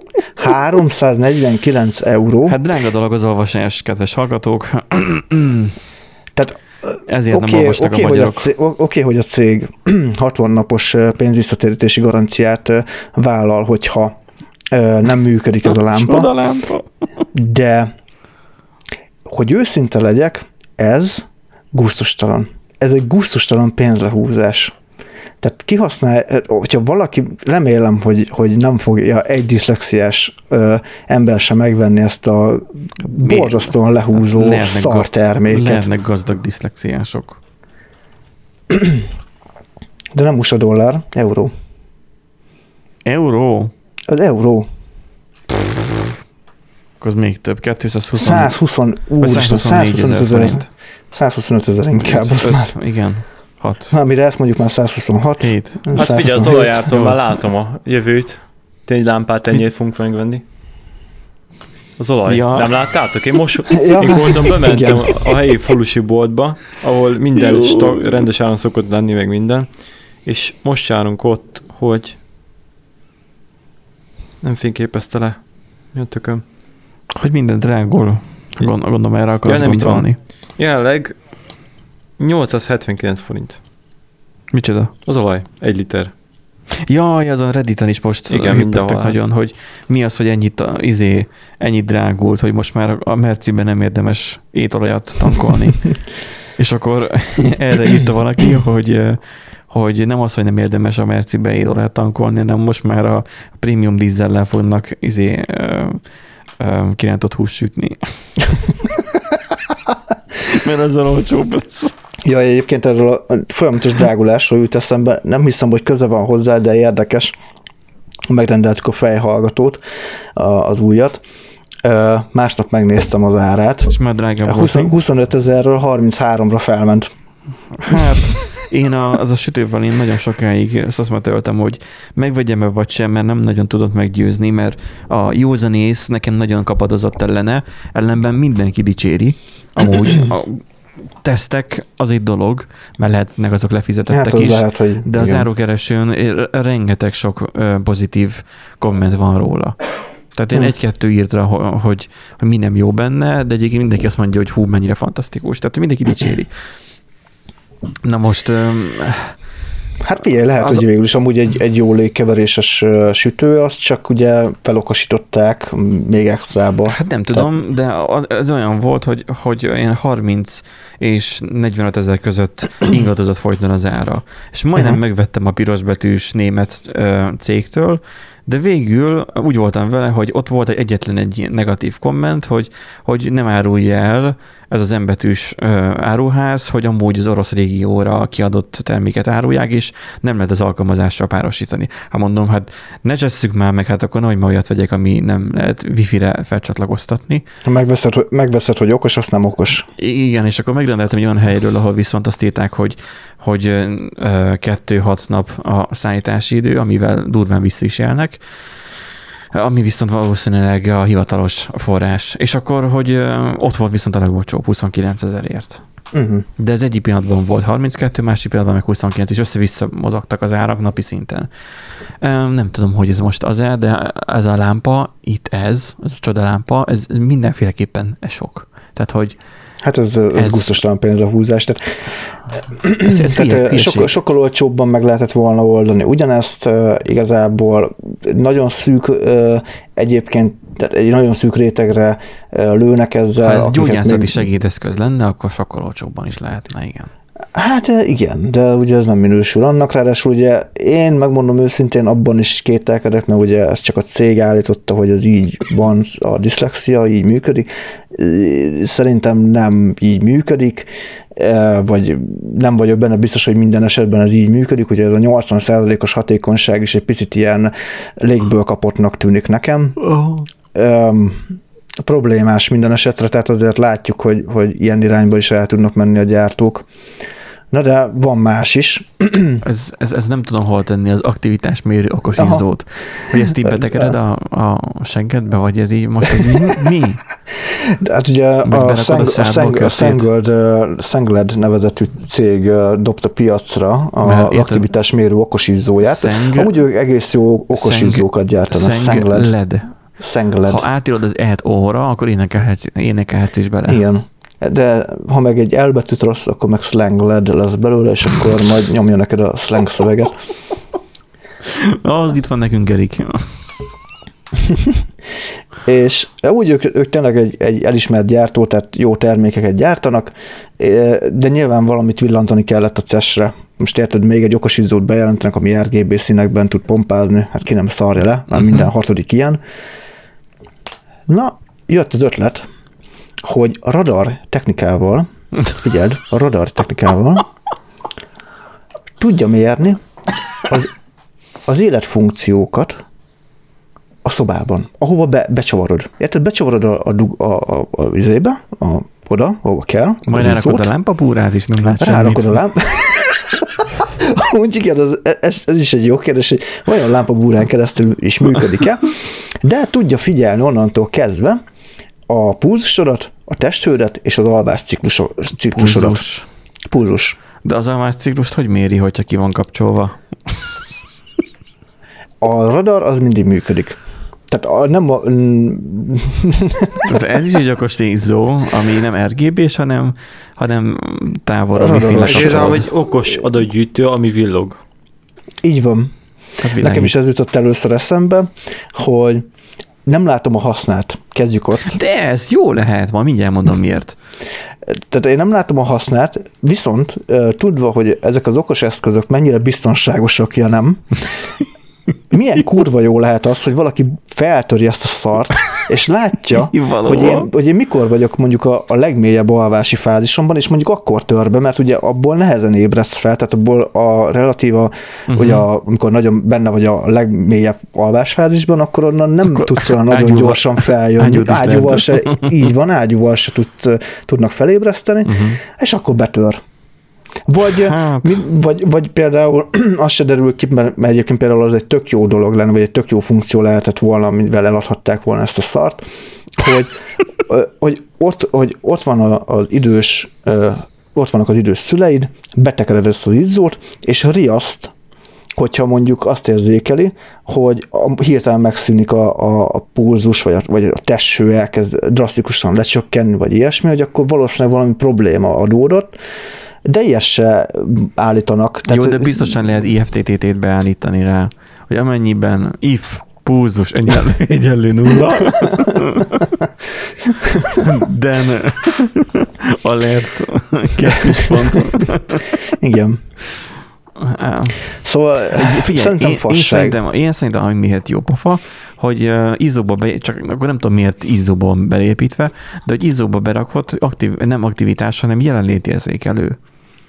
349 euró. Hát drága dolog az olvasás, kedves hallgatók. Tehát ezért nem olvastak a magyarok. Oké, hogy a cég 60 napos pénzvisszatérítési garanciát vállal, hogyha nem működik ez a lámpa. De hogy őszinte legyek, ez gusztustalan. Ez egy gusztustalan pénzlehúzás. Tehát kihasznál, hogyha valaki, remélem, hogy nem fogja egy diszlexiás ember sem megvenni ezt a borzasztóan lehúzó szarterméket. Lehetnek gazdag diszlexiások. De nem USA dollár, euró. Euró? Az euró. Az még több, 220. 125 ezer. 125 ezer inkább. Igen. Amire ezt mondjuk már 126. 7. Hát figyelj, az olajártól már látom a jövőt. Tény lámpát ennyit fogunk megvenni. Az olaj. Ja. Nem láttátok? Én voltam, bementem a helyi falusi boltba, ahol minden rendes áron szokott lenni, meg minden. És most járunk ott, hogy nem fényképezte le. Mi a tököm? Hogy minden drágul. Gondolom erre akarsz gondolni. Jelenleg 879 forint. Micsoda? Az olaj. 1 liter. Jaj, azon Redditen is most hüppöttek nagyon, hogy mi az, hogy ennyit drágult, hogy most már a Merciben nem érdemes étolajat tankolni. És akkor erre írta valaki, hogy nem az, hogy nem érdemes a Mercibe étolajat tankolni, hanem most már a prémium dízellel fognak kirántott húst sütni. Mert ezzel olcsóbb lesz. Ja, egyébként erről a folyamatos drágulásról jut eszembe. Nem hiszem, hogy köze van hozzá, de érdekes. Megrendeltük a fejhallgatót, az újat. Másnap megnéztem az árát. És már drágább 25 000-ről 33-ra felment. Hát az a sütővel én nagyon sokáig azt töltem, hogy megvegyem-e vagy sem, mert nem nagyon tudott meggyőzni, mert a józanész nekem nagyon kapadozott ellenben mindenki dicséri. Amúgy a tesztek az egy dolog, mert lehetnek azok lefizetettek hát is, lehet, hogy de az árókeresőn rengeteg sok pozitív komment van róla. Tehát én 1-2 írt rá, hogy mi nem jó benne, de egyébként mindenki azt mondja, hogy hú, mennyire fantasztikus. Tehát mindenki dicséri. Na most... Hát figyelj, lehet, hogy végül is amúgy egy jó légkeveréses sütő, azt csak ugye felokosították még extrába. Hát nem tudom, de ez olyan volt, hogy én 30 és 45 000 között ingadozott folyton az ára. És majdnem megvettem a pirosbetűs német cégtől, de végül úgy voltam vele, hogy ott volt egyetlen egy negatív komment, hogy nem árulja el ez az M-betűs áruház, hogy amúgy az orosz régióra kiadott terméket árulják, és nem lehet az alkalmazással párosítani. Hát mondom, hát ne csesszük már meg, hát akkor nehogy ma olyat vegyek, ami nem lehet wifi-re felcsatlakoztatni. Megveszed, hogy okos, azt nem okos. Igen, és akkor megrendeltem egy olyan helyről, ahol viszont azt írták, hogy 2-6 nap a szállítási idő, amivel durván vissza is élnek, ami viszont valószínűleg a hivatalos forrás. És akkor, hogy ott volt viszont a legolcsóbb 29 000-ért. De ez egyik pillanatban volt 32, másik pillanatban meg 29, és össze-vissza mozogtak az árak napi szinten. Nem tudom, hogy ez most az-e, de ez a lámpa, ez a csodalámpa, ez mindenféleképpen sok. Tehát, hogy hát ez gusztustalan pénzre húzás. Tehát sokkal olcsóbban meg lehetett volna oldani. Ugyanezt igazából nagyon szűk egyébként, tehát egy nagyon szűk rétegre lőnek ezzel. Ha ez gyógyászati segédeszköz lenne, akkor sokkal olcsóbban is lehetne, igen. Hát igen, de ugye ez nem minősül annak, ráadásul ugye én megmondom őszintén abban is kételkedek, mert ugye ez csak a cég állította, hogy ez így van, a diszlexia így működik. Szerintem nem így működik, vagy nem vagyok benne biztos, hogy minden esetben ez így működik, ugye ez a 80%-os hatékonyság is egy picit ilyen légből kapottnak tűnik nekem. Problémás minden esetre, tehát azért látjuk, hogy ilyen irányba is el tudnak menni a gyártók. Na de van más is. Ez nem tudom hol tenni, az aktivitásmérő okosítót. Hogy ezt így betekered a seggedbe, vagy ez így most ez így mi? De hát ugye a Sengled nevezetű cég dobta piacra az aktivitásmérő okosítóját. Amúgy ők egész jó okosítókat gyártanak. Sengled. Ha átírod az E-t O-ra, akkor énekelhetsz is bele. Igen. De ha meg egy elbetűt rossz, akkor meg Slangled lesz belőle, és akkor majd nyomja neked a slang szöveget. Az itt van nekünk, Erik. És úgy ők tényleg egy elismert gyártó, tehát jó termékeket gyártanak, de nyilván valamit villantani kellett a CES-re. Most érted, még egy okosítót bejelentenek, ami RGB színekben tud pompázni, hát ki nem szarja le, már minden 6. ilyen. Na, jött az ötlet, hogy a radar technikával, figyeld, a radar technikával tudja mérni az életfunkciókat a szobában, ahova becsavarod. Érted? Becsavarod a vizébe, oda, ahova kell. Majd rárakod a lámpapúrát is, nem lát semmit. Rárakod a lámpapúrát. Úgy igen, ez is egy jó kérdés, hogy vajon lámpabúrán keresztül is működik-e, de tudja figyelni onnantól kezdve a pulzusodat, a testhődet és az alvás ciklusodat. Pulzus. De az alvás ciklust hogy méri, hogyha ki van kapcsolva? A radar az mindig működik. Tehát Tehát ez is egy okos izzó, ami nem RGB-s, hanem távolra wifi-nek kapcsolódó. Ez egy okos adatgyűjtő, ami villog. Így van. Nekem is ez jutott először eszembe, hogy nem látom a hasznát. Kezdjük ott. De ez jó lehet, ma mindjárt mondom miért. Tehát én nem látom a hasznát, viszont tudva, hogy ezek az okos eszközök mennyire biztonságosak, ja nem, milyen kurva jó lehet az, hogy valaki feltöri ezt a szart, és látja, hogy én mikor vagyok mondjuk a legmélyebb alvási fázisomban, és mondjuk akkor tör be, mert ugye abból nehezen ébredsz fel, tehát abból a relatíva, hogy amikor nagyon benne vagy a legmélyebb alvásfázisban, akkor onnan nem tudsz olyan nagyon gyorsan feljönni. Ágyúval se tudnak felébreszteni, és akkor betör. Vagy például az se derül ki, mert egyébként például az egy tök jó dolog lenne, vagy egy tök jó funkció lehetett volna, amivel eladhatták volna ezt a szart, hogy ott van az idős, ott vannak az idős szüleid, betekered ezt az izzót, és riaszt, hogyha mondjuk azt érzékeli, hogy hirtelen megszűnik a pulzus, vagy a testhő elkezd drasztikusan lecsökkenni, vagy ilyesmi, hogy akkor valószínűleg valami probléma adódott, de ilyet se állítanak. Jó, de biztosan lehet IFTTT-t beállítani rá, hogy amennyiben if pulzus egyenlő nulla, then alert 2 pont. Igen. Szóval figyelj, szerintem fasság. Én szerintem, ami miért jó pofa, hogy izzóba csak akkor nem tudom miért izzóban belépítve, de hogy izzóba berakott nem aktivitás, hanem jelenlétérzékelő.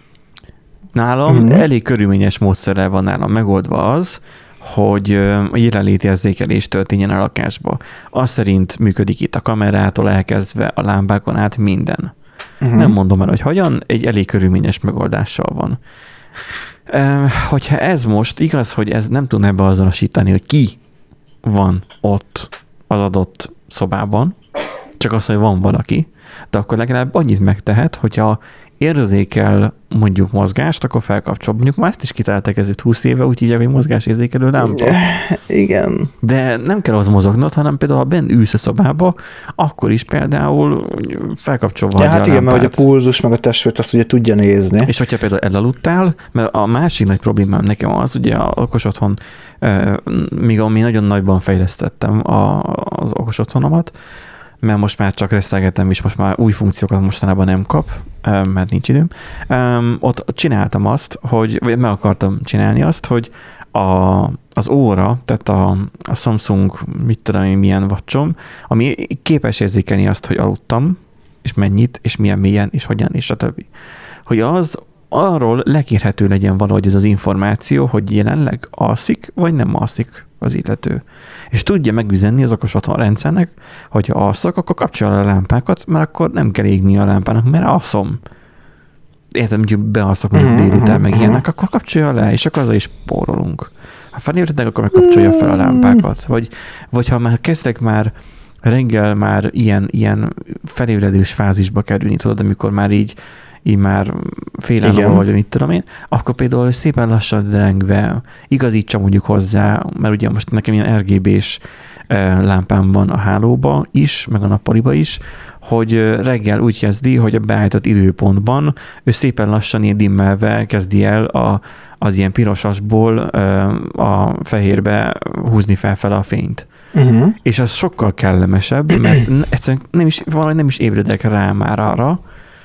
Nálam elég körülményes módszerrel van nálam megoldva az, hogy a jelenlétérzékelés történjen a lakásba. Az szerint működik itt a kamerától elkezdve a lámpákon át minden. Nem mondom el, hogy hogyan, egy elég körülményes megoldással van. Hogyha ez most igaz, hogy ez nem tudna beazonosítani, hogy ki van ott az adott szobában, csak az, hogy van valaki, de akkor legalább annyit megtehet, hogyha érzékel mondjuk mozgást, akkor felkapcsol. Mondjuk már ezt is kitalálták ezért 20 éve, úgy hívják, hogy mozgásérzékelő lámpa. Igen. De nem kell az mozognod, hanem például, ha benn ülsz a szobába, akkor is például felkapcsolva hát igen, mert hogy a pulzus meg a testvért azt ugye tudja nézni. És hogyha például elaludtál, mert a másik nagy problémám nekem az, ugye az okos otthon, míg ami nagyon nagyban fejlesztettem az okos otthonomat, mert most már csak reszelgetem, és most már új funkciókat mostanában nem kap, mert nincs időm. Ott csináltam azt, vagy meg akartam csinálni azt, hogy az óra, tehát a Samsung, mit tudom én, milyen watchom, ami képes érzékelni azt, hogy aludtam, és mennyit, és milyen mélyen, és hogyan, és a többi. Hogy az arról lekérhető legyen valahogy ez az információ, hogy jelenleg alszik, vagy nem alszik az illető. És tudja megüzenni az okos otthon rendszernek, hogyha alszok, akkor kapcsolja a lámpákat, mert akkor nem kell égni a lámpának, mert alszom. Értem, hogy bealszok mondjuk délután, meg ilyenek, akkor kapcsolja le, és akkor azzal is spórolunk. Ha felébrednek, akkor megkapcsolja fel a lámpákat. Vagy ha már kezdek már reggel már ilyen felébredős fázisba kerülni, tudod, amikor már így már félelem vagy, mit tudom én, akkor például szépen lassan derengve igazítsam mondjuk hozzá, mert ugye most nekem ilyen RGB-s lámpám van a hálóba is, meg a nappaliba is, hogy reggel úgy kezdi, hogy a beállított időpontban ő szépen lassan ilyen dimmelve kezdi el az ilyen pirosasból a fehérbe húzni felfele a fényt. És az sokkal kellemesebb, mert egyszerűen nem is ébredek rá már arra,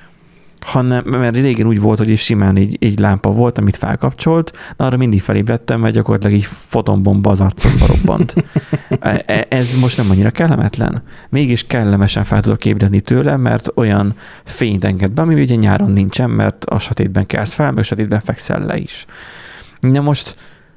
mert régen úgy volt, hogy simán egy lámpa volt, amit felkapcsolt, de arra mindig felébredtem, mert gyakorlatilag így fotonbomba az arcomba robbant. Ez most nem annyira kellemetlen. Mégis kellemesen fel tudok ébredni tőle, mert olyan fényt enged be, ami ugye nyáron nincsen, mert a sötétben kelsz fel, meg a sötétben fekszel le is. De most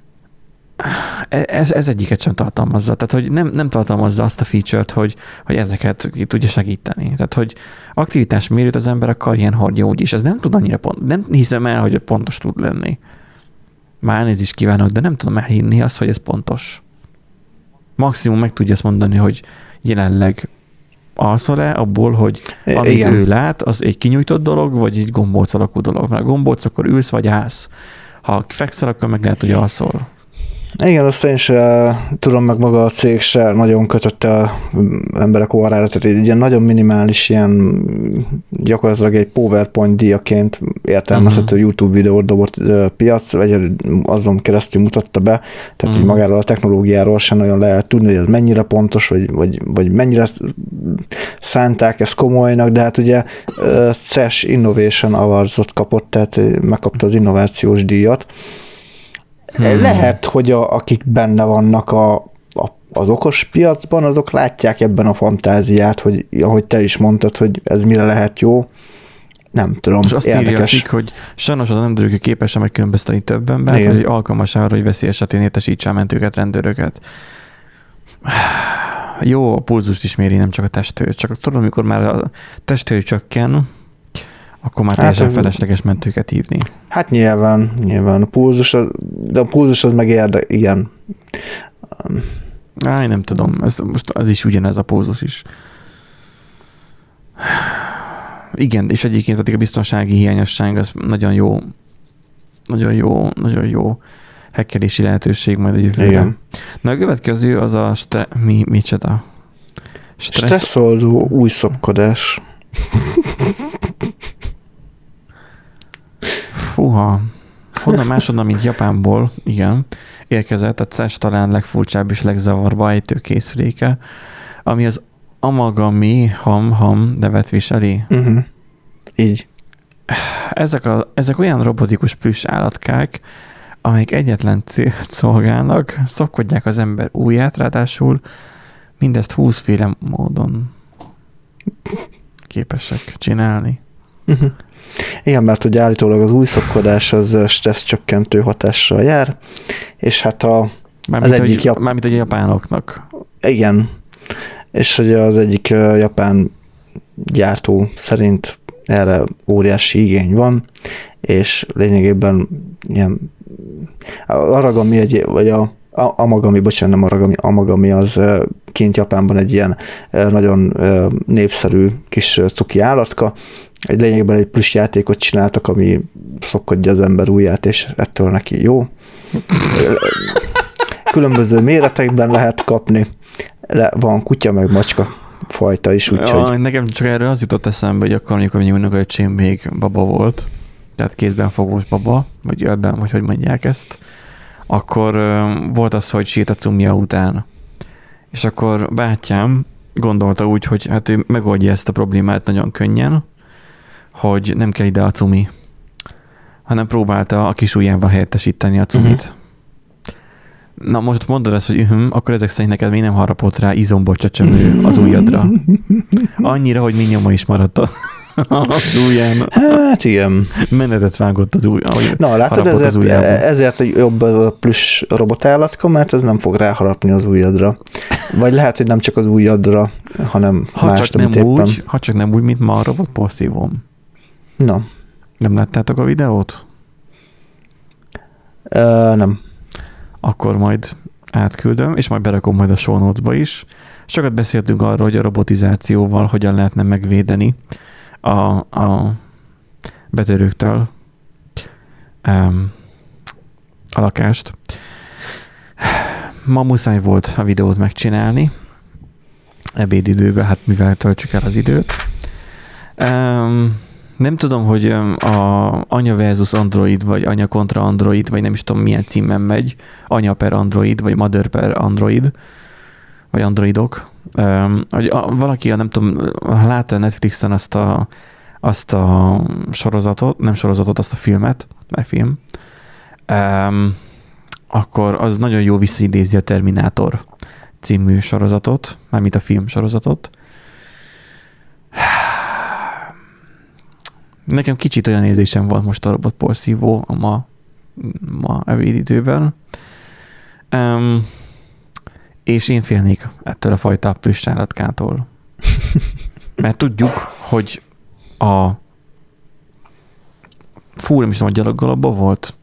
ez egyiket sem tartalmazza. Tehát, hogy nem tartalmazza azt a feature-t, hogy ezeket ki tudja segíteni. Tehát, hogy aktivitásmérőt az ember akar ilyen hordja úgyis. Ez nem tud annyira nem hiszem el, hogy pontos tud lenni. Már elnézést kívánok, de nem tudom elhinni azt, hogy ez pontos. Maximum meg tudja azt mondani, hogy jelenleg alszol-e abból, hogy amit igen. ő lát, az egy kinyújtott dolog, vagy egy gombóc alakú dolog. Mert gombóc, akkor ülsz, vagy állsz. Ha fekszel, akkor meg lehet, hogy alszol. Igen, azt én sem tudom, meg maga a cég se nagyon kötötte az emberek órára, tehát egy ilyen nagyon minimális, ilyen gyakorlatilag egy PowerPoint díjaként értelmezhető YouTube videót dobott piac, vagy azon keresztül mutatta be, tehát hogy magáról a technológiáról sem nagyon lehet tudni, hogy ez mennyire pontos, vagy mennyire szánták ezt komolynak, de hát ugye CES Innovation Awards-ot kapott, tehát megkapta az innovációs díjat. Lehet, hogy akik benne vannak az okos piacban, azok látják ebben a fantáziát, hogy ahogy te is mondtad, hogy ez mire lehet jó. Nem tudom, és azt érdekes. Írja, hogy sajnos az rendőrök képesek megkülönböztetni több embert, hogy alkalmas arra, hogy veszély esetén értesítse a mentőket, rendőröket. Jó, a pulzust is méri, nem csak a testhőt. Csak tudom, amikor már a testhő csökken, akkor már teljesen felesleges mentőket hívni. Hát nyilván a pulzus, de a pulzus az meg igen. Nem tudom, most az is ugyanez a pulzus is. Igen, és egyébként pedig a biztonsági hiányosság az nagyon jó hackerési lehetőség majd a jövőre. Igen. Na a következő az a micsoda? Stresszoldó új szopkodás. Fúha, honnan másodnak, mint Japánból, igen, érkezett a CES talán legfurcsább és legzavarba ejtő készüléke, ami az Amagami ham nevet viseli. Így. Ezek olyan robotikus plüss állatkák, amelyek egyetlen célt szolgálnak, szopkodják az ember ujját, ráadásul mindezt 20 féle módon képesek csinálni. Igen, mert ugye állítólag az új szopkodás az stresszcsökkentő hatással jár, és hát mármint a japánoknak. Igen, és hogy az egyik japán gyártó szerint erre óriási igény van, és lényegében ilyen Amagami az kint Japánban egy ilyen nagyon népszerű kis cuki állatka. Lényegében egy plusz játékot csináltak, ami szokkodja az ember ujját, és ettől neki jó. Különböző méretekben lehet kapni. Van kutya, meg macska fajta is, úgyhogy... Nekem csak erről az jutott eszembe, hogy akkor, amikor mi unokölcsém még baba volt, tehát kézben fogós baba, vagy ölben, vagy hogy mondják ezt, akkor volt az, hogy sírt a cumja után. És akkor bátyám gondolta úgy, hogy hát ő megoldja ezt a problémát nagyon könnyen, hogy nem kell ide a cumi, hanem próbálta a kis ujjával helyettesíteni a cumit. Na most mondod ezt, hogy akkor ezek szerint neked még nem harapott rá izomból csecsemő az ujjadra. Annyira, hogy még nyoma is maradt az ujján. Hát igen. Menetet vágott az ujján. Na látod, ezért jobb az a plusz robotállatka, mert ez nem fog ráharapni az ujjadra. Vagy lehet, hogy nem csak az ujjadra, hanem más, ha csak nem úgy, mint ma a robot porszívóm. Na. Nem láttátok a videót? Nem. Akkor majd átküldöm, és majd berakom majd a show notes-ba is. Sokat beszéltünk arról, hogy a robotizációval hogyan lehetne megvédeni a betörőktől a lakást. Ma muszáj volt a videót megcsinálni, ebédidőben, hát mivel töltsük el az időt. Nem tudom, hogy a anya versus Android, vagy anya kontra Android, vagy nem is tudom milyen címen megy, anya per Android, vagy mother per Android, vagy Androidok. Hogy valaki, nem tudom, látta Netflixen azt a sorozatot, nem sorozatot, azt a filmet, mert film, akkor az nagyon jó visszaidézi a Terminátor című sorozatot, mármint a film sorozatot. Nekem kicsit olyan érzésem volt most a robotporszívó a ma ebédidőben. És én félnék ettől a fajta plüss állatkától. Mert tudjuk, hogy nem is tudom, a gyaloggalapban volt,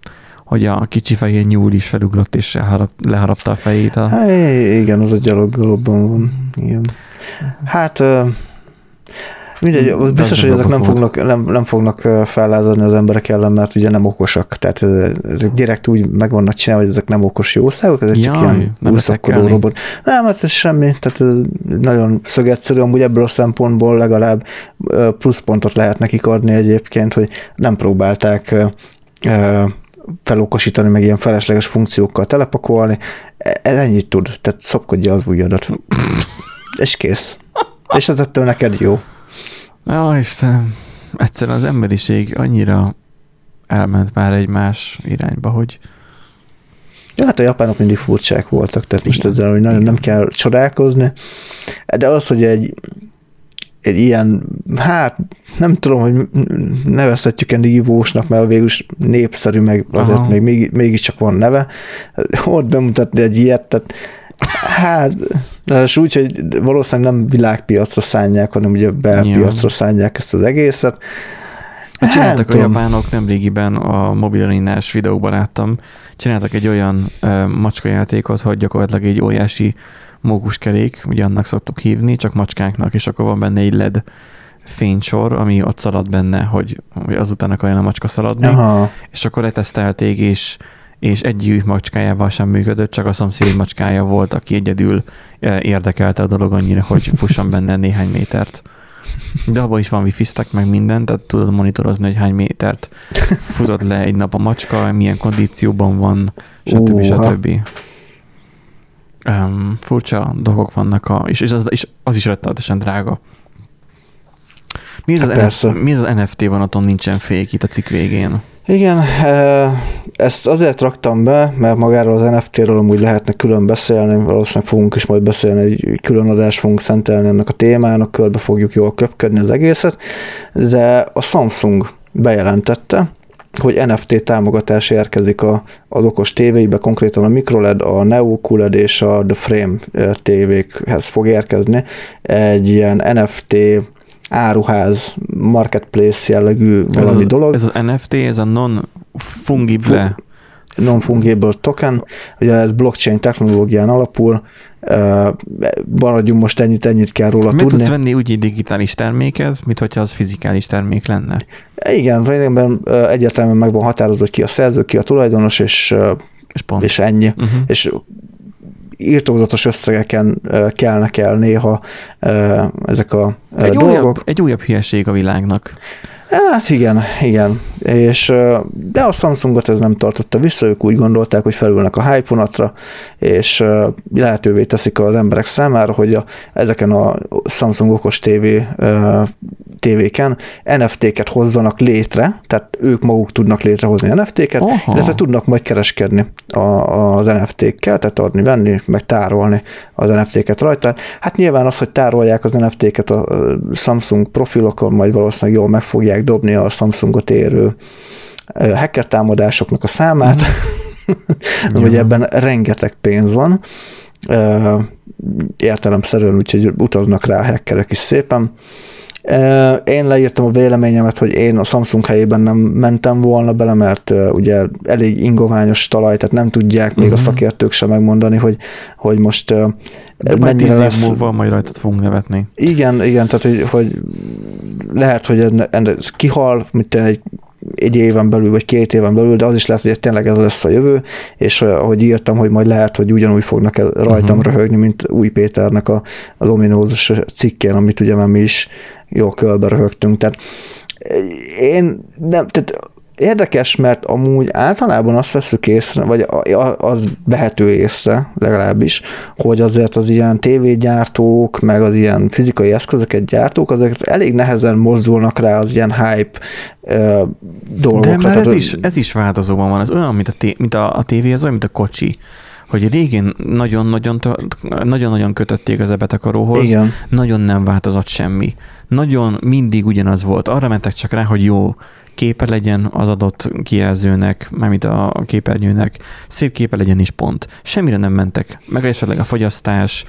hogy a kicsi fehér nyúl is felugrott, és leharapta a fejét. Hát, igen, az a gyaloggalobban van. Igen. Hát mindegy, biztos, hogy ezek nem fognak fellázadni az emberek ellen, mert ugye nem okosak. Tehát ezek direkt úgy meg vannak csinálva, hogy ezek nem okos jószágok, ezek csak ilyen úszakkodó robot. Nem, hát ez semmi, tehát ez nagyon szögetszerű, amúgy ebből a szempontból legalább pluszpontot lehet nekik adni egyébként, hogy nem próbálták felokosítani, meg ilyen felesleges funkciókkal telepakolni. Ennyit tud, tehát szopkodja az ujjadat. És kész. És ez ettől neked jó. Ja, Istenem, egyszerűen az emberiség annyira elment már egy más irányba, hogy... Ja, hát a japánok mindig furcsák voltak, tehát most ezzel, hogy nagyon nem kell csodálkozni, de az, hogy egy ilyen, hát nem tudom, hogy nevezhetjük-e nívósnak, mert végülis népszerű, meg azért még mégiscsak van neve, ott bemutatni egy ilyet, tehát hát, és úgy, hogy valószínűleg nem világpiacra szánják, hanem ugye belpiacra szánják ezt az egészet. Csináltak a japánok nemrégiben, a mobilarinás videóban láttam, csináltak egy olyan macskajátékot, hogy gyakorlatilag egy óriási mókuskerék, ugye annak szoktuk hívni, csak macskáknak, és akkor van benne egy LED fénysor, ami ott szalad benne, hogy azután akarjon a macska szaladni, és akkor letesztelték, és egyik macskájával sem működött, csak a szomszéd macskája volt, aki egyedül érdekelte a dolog annyira, hogy fusson benne néhány métert. De abban is van wifi-ztek, meg minden, tehát tudod monitorozni, hogy hány métert futott le egy nap a macska, milyen kondícióban van, stb. Furcsa dolgok vannak, és az is rettenetesen drága. Mi az NFT vonaton nincsen fék itt a cikk végén? Igen, ezt azért raktam be, mert magáról az NFT-ről amúgy lehetne külön beszélni, valószínűleg fogunk is majd beszélni, egy külön adást fogunk szentelni ennek a témának, körbe fogjuk jól köpködni az egészet, de a Samsung bejelentette, hogy NFT támogatás érkezik az okos tévéibe, konkrétan a MicroLED, a Neo QLED és a The Frame tévékhez fog érkezni egy ilyen NFT áruház, marketplace jellegű valami dolog. Ez az NFT, ez a non-fungible token, ugye ez blockchain technológián alapul, maradjunk most ennyit kell róla tudni. Tudsz venni úgy egy digitális terméket, mint hogyha az fizikális termék lenne? Igen, egyértelműen meg van határozott ki a szerző, ki a tulajdonos, és ennyi. És írtózatos összegeken kelnek el néha ezek a dolgok. Egy újabb hülyeség a világnak. Hát igen. De a Samsungot ez nem tartotta vissza, ők úgy gondolták, hogy felülnek a hype vonatra, és lehetővé teszik az emberek számára, hogy ezeken a Samsung okos tévéken NFT-ket hozzanak létre, tehát ők maguk tudnak létrehozni NFT-ket, illetve tudnak majd kereskedni az NFT-kkel, tehát adni, venni, meg tárolni az NFT-ket rajta. Hát nyilván az, hogy tárolják az NFT-ket a Samsung profilokon, majd valószínűleg jól meg fogják dobni a Samsungot érő hacker támadásoknak a számát, hogy ebben rengeteg pénz van, értelemszerűen, úgyhogy utaznak rá a hackerek is szépen. Én leírtam a véleményemet, hogy én a Samsung helyében nem mentem volna bele, mert ugye elég ingoványos talaj, tehát nem tudják még a szakértők sem megmondani, hogy most de majd 10 év múlva majd rajtad fogunk nevetni. Igen, tehát hogy lehet, hogy ez kihal, mint egy éven belül, vagy 2 éven belül, de az is lehet, hogy tényleg ez lesz a jövő, és ahogy írtam, hogy majd lehet, hogy ugyanúgy fognak rajtam röhögni, mint Új Péternek az ominózus cikkén, amit ugye már mi is jól körbe röhögtünk. Tehát tehát érdekes, mert amúgy általában azt veszük észre, vagy az vehető észre legalábbis, hogy azért az ilyen tévégyártók, meg az ilyen fizikai eszközöket gyártók, azért elég nehezen mozdulnak rá az ilyen hype dolgokra. De mert ez is változóban van, ez olyan, mint a tévé, ez olyan, mint a kocsi, hogy régén nagyon-nagyon kötötték az ebetakaróhoz, igen. Nagyon nem változott semmi. Nagyon mindig ugyanaz volt. Arra mentek csak rá, hogy jó képe legyen az adott kijelzőnek, mármint a képernyőnek, szép képe legyen is pont. Semmire nem mentek. Meg esetleg a fogyasztás,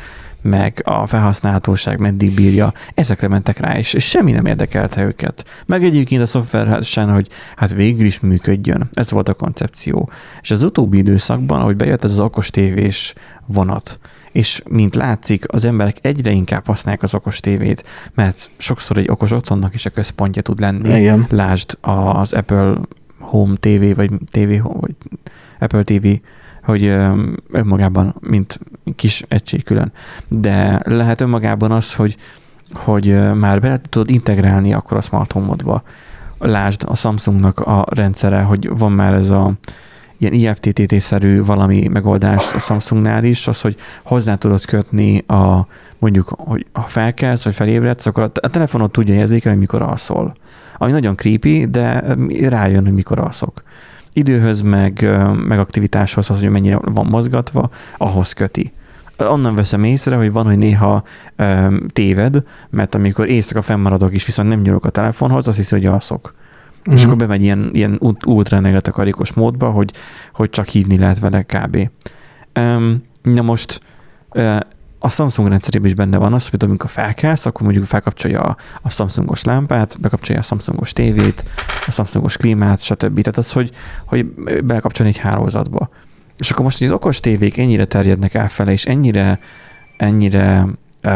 meg a felhasználhatóság meddig bírja, ezekre mentek rá, és semmi nem érdekelte őket. Meg egyébként a szoftveresen, hogy hát végül is működjön. Ez volt a koncepció. És az utóbbi időszakban, ahogy bejött ez az okos tévés vonat, és mint látszik, az emberek egyre inkább használják az okos tévét, mert sokszor egy okos otthonnak is a központja tud lenni. Igen. Lásd az Apple Home TV, vagy Apple TV, hogy önmagában, mint kis egység külön. De lehet önmagában az, hogy már bele tudod integrálni akkor a smart home-odba. Lásd a Samsungnak a rendszere, hogy van már ez a ilyen IFTTT-szerű valami megoldás a Samsungnál is, az, hogy hozzá tudod kötni mondjuk, hogy ha felkelsz, vagy felébredsz, akkor a telefonod tudja érzékelni, mikor alszol. Ami nagyon creepy, de rájön, hogy mikor alszok. Időhöz, meg aktivitáshoz, az, hogy mennyire van mozgatva, ahhoz köti. Onnan veszem észre, hogy van, hogy néha téved, mert amikor éjszaka fennmaradok és viszont nem nyúlok a telefonhoz, azt hiszi, hogy alszok. És akkor bemegy ilyen ultra negatakarikus módba, hogy csak hívni lehet vele kb. Na most a Samsung rendszerében is benne van az, hogy amikor felkelsz, akkor mondjuk felkapcsolja a Samsungos lámpát, bekapcsolja a Samsungos tévét, a Samsungos klímát, stb. Tehát az, hogy belekapcsolni egy hálózatba. És akkor most, hogy az okos tévék ennyire terjednek elfele, és ennyire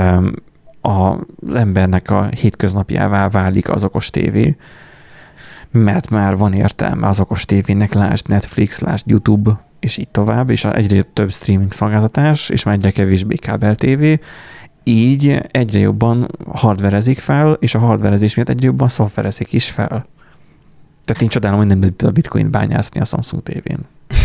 az embernek a hétköznapjává válik az okos tévé, mert már van értelme az okos tévének, lásd Netflix, lásd YouTube, és így tovább, és egyre több streaming szolgáltatás, és már egyre kevésbé kábel tévé, így egyre jobban hardverezik fel, és a hardverezés miatt egyre jobban szoftverezik is fel. Tehát én csodálom, hogy nem lehet a bitcoin bányászni a Samsung tévén.